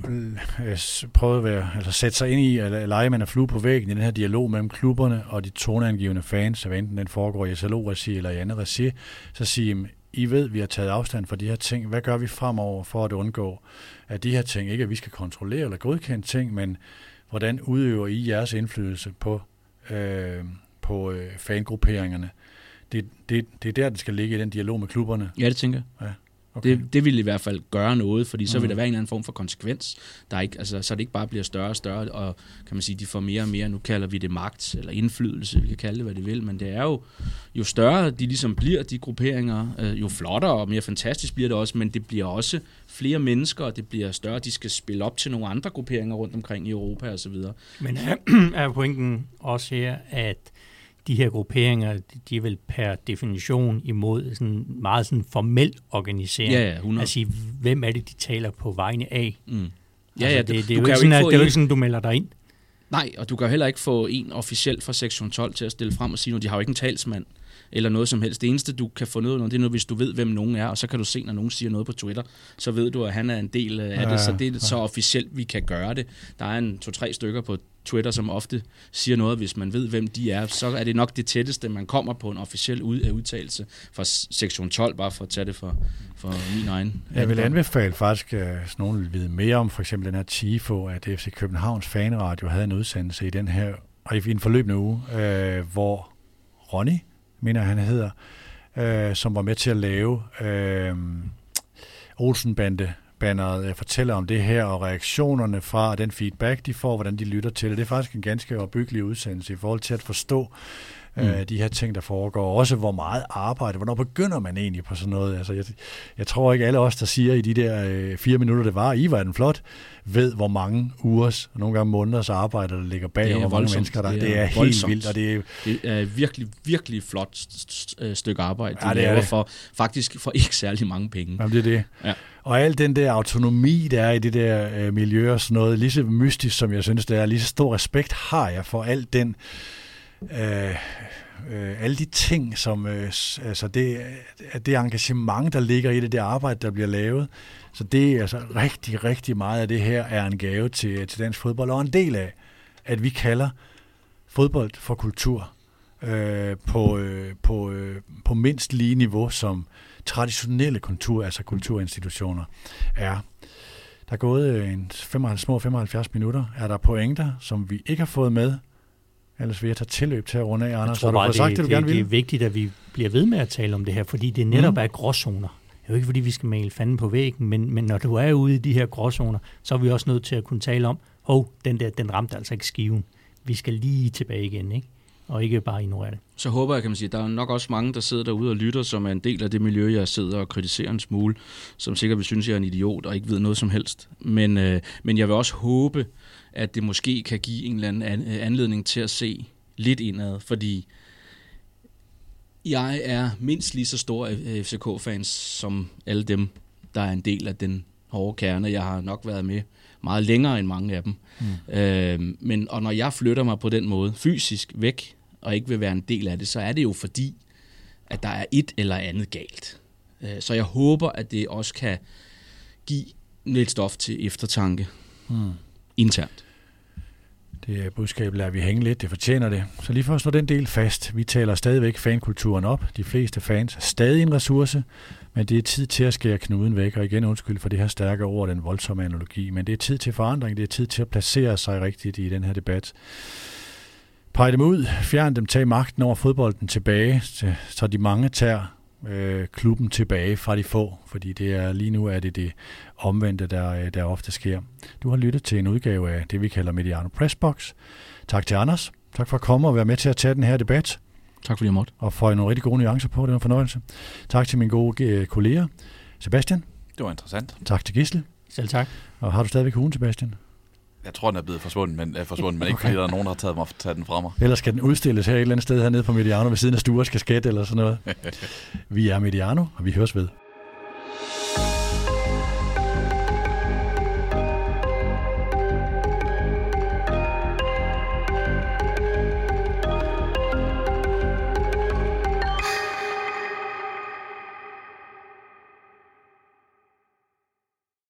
prøve at være, altså sætte sig ind i, eller lege man er flue på væggen i den her dialog mellem klubberne og de toneangivende fans, så enten den foregår i S L O-regi eller i andet regi, så sige, I ved, vi har taget afstand fra de her ting. Hvad gør vi fremover for at undgå, at de her ting, ikke at vi skal kontrollere eller godkende ting, men hvordan udøver I jeres indflydelse på, øh, på øh, fangrupperingerne? Det, det, det er der, det skal ligge i den dialog med klubberne. Ja, det tænker jeg. Ja. Okay. Det, det vil i hvert fald gøre noget, fordi så vil der være en eller anden form for konsekvens. Der er ikke, altså, så det ikke bare bliver større og større, og kan man sige, de får mere og mere, nu kalder vi det magt, eller indflydelse, vi kan kalde det, hvad det vil, men det er jo, jo større de ligesom bliver, de grupperinger, øh, jo flottere og mere fantastisk bliver det også, men det bliver også flere mennesker, og det bliver større, de skal spille op til nogle andre grupperinger rundt omkring i Europa og så videre. Men er, er pointen også her, at de her grupperinger, de er vel per definition imod sådan meget sådan formel organisering. Ja, ja, hundrede. Altså, hvem er det, de taler på vegne af? Mm. Ja, altså, ja, det, det, det, er jo ikke sådan, at, det er jo ikke sådan, du melder dig ind. Nej, og du kan jo heller ikke få en officielt fra sektion tolv til at stille frem og sige noget. De har jo ikke en talsmand eller noget som helst. Det eneste, du kan få noget af, det er noget, hvis du ved, hvem nogen er, og så kan du se, når nogen siger noget på Twitter, så ved du, at han er en del af ja, det, så det er ja. så officielt, vi kan gøre det. Der er en to-tre stykker på Twitter, som ofte siger noget, hvis man ved, hvem de er, så er det nok det tætteste, man kommer på en officiel ud- udtalelse fra sektion tolv, bare for at tage det for, for min egen. Jeg vil anbefale faktisk, at nogen vil vide mere om for eksempel den her tifo, at F C Københavns Fanradio havde en udsendelse i den her, og i en forløbende uge, øh, hvor Ronny, mener han hedder, øh, som var med til at lave øh, Olsenbande banneret fortæller om det her, og reaktionerne fra den feedback, de får, hvordan de lytter til det. Det er faktisk en ganske opbyggelig udsendelse i forhold til at forstå mm. øh, de her ting, der foregår. Også hvor meget arbejde, hvornår begynder man egentlig på sådan noget? Altså, jeg, jeg tror ikke alle os, der siger i de der øh, fire minutter, det var, I var den flot, ved hvor mange ugers, og nogle gange måneders arbejde, der ligger bag, og hvor mange mennesker der. Det er, det er helt vildt. Og det, er, det er virkelig, virkelig flot stykke arbejde, de ja, det laver det. For, faktisk for ikke særlig mange penge. Jamen, det er det. Ja. Og al den der autonomi, der er i det der øh, miljø og sådan noget, lige så mystisk, som jeg synes, det er, lige så stor respekt har jeg for al den, øh, øh, alle de ting, som, øh, altså det, det engagement, der ligger i det, det arbejde, der bliver lavet. Så det er altså rigtig, rigtig meget af det her er en gave til, til dansk fodbold, og en del af, at vi kalder fodbold for kultur øh, på, øh, på, øh, på mindst lige niveau, som traditionelle kultur, altså kulturinstitutioner, er. Der er gået en femoghalvfjerds, små femoghalvfjerds minutter. Er der pointer, som vi ikke har fået med? Ellers vil jeg tage tilløb til at runde af, Anders. Jeg tror bare, det, sagt, det, du det, gerne det er vigtigt, at vi bliver ved med at tale om det her, fordi det netop mm. er gråzoner. jo ikke, fordi vi skal male fanden på væggen, men, men når du er ude i de her gråzoner, så er vi også nødt til at kunne tale om, hov, den der, den ramte altså ikke skiven. Vi skal lige tilbage igen, ikke? Og ikke bare ignorere det. Så håber jeg, kan man sige, der er nok også mange, der sidder derude og lytter, som er en del af det miljø, jeg sidder og kritiserer en smule, som sikkert vil synes, jeg er en idiot og ikke ved noget som helst. Men, øh, men jeg vil også håbe, at det måske kan give en eller anden anledning til at se lidt indad, fordi jeg er mindst lige så stor F C K-fans som alle dem, der er en del af den hårde kerne. Jeg har nok været med meget længere end mange af dem. Mm. Øh, men, og når jeg flytter mig på den måde, fysisk væk, og ikke vil være en del af det, så er det jo fordi, at der er et eller andet galt. Øh, så jeg håber, at det også kan give lidt stof til eftertanke mm. internt. Det budskab lader vi hænge lidt, det fortjener det. Så lige for at slå den del fast, vi taler stadigvæk fankulturen op. De fleste fans er stadig en ressource, men det er tid til at skære knuden væk. Og igen undskyld for det her stærke ord, den voldsomme analogi, men det er tid til forandring, det er tid til at placere sig rigtigt i den her debat. Pege dem ud, fjern dem, tag magten over fodbolden tilbage, så de mange tager øh, klubben tilbage fra de få, fordi det er lige nu er det det omvendte, der, der ofte sker. Du har lyttet til en udgave af det, vi kalder Mediano Pressbox. Tak til Anders. Tak for at komme og være med til at tage den her debat. Tak fordi jeg måtte. Og få nogle rigtig gode nuancer på. Det var en fornøjelse. Tak til mine gode øh, kolleger. Sebastian. Det var interessant. Tak til Gisle. Selv tak. Og har du stadigvæk ugen, Sebastian? Jeg tror, den er blevet forsvundet, men, er forsvundet, men okay. Ikke fordi der er nogen, der har taget, mig, taget den fra mig. Ellers skal den udstilles her et eller andet sted hernede på Mediano ved siden af Stures kasket eller sådan noget. Vi er Mediano, og vi høres ved.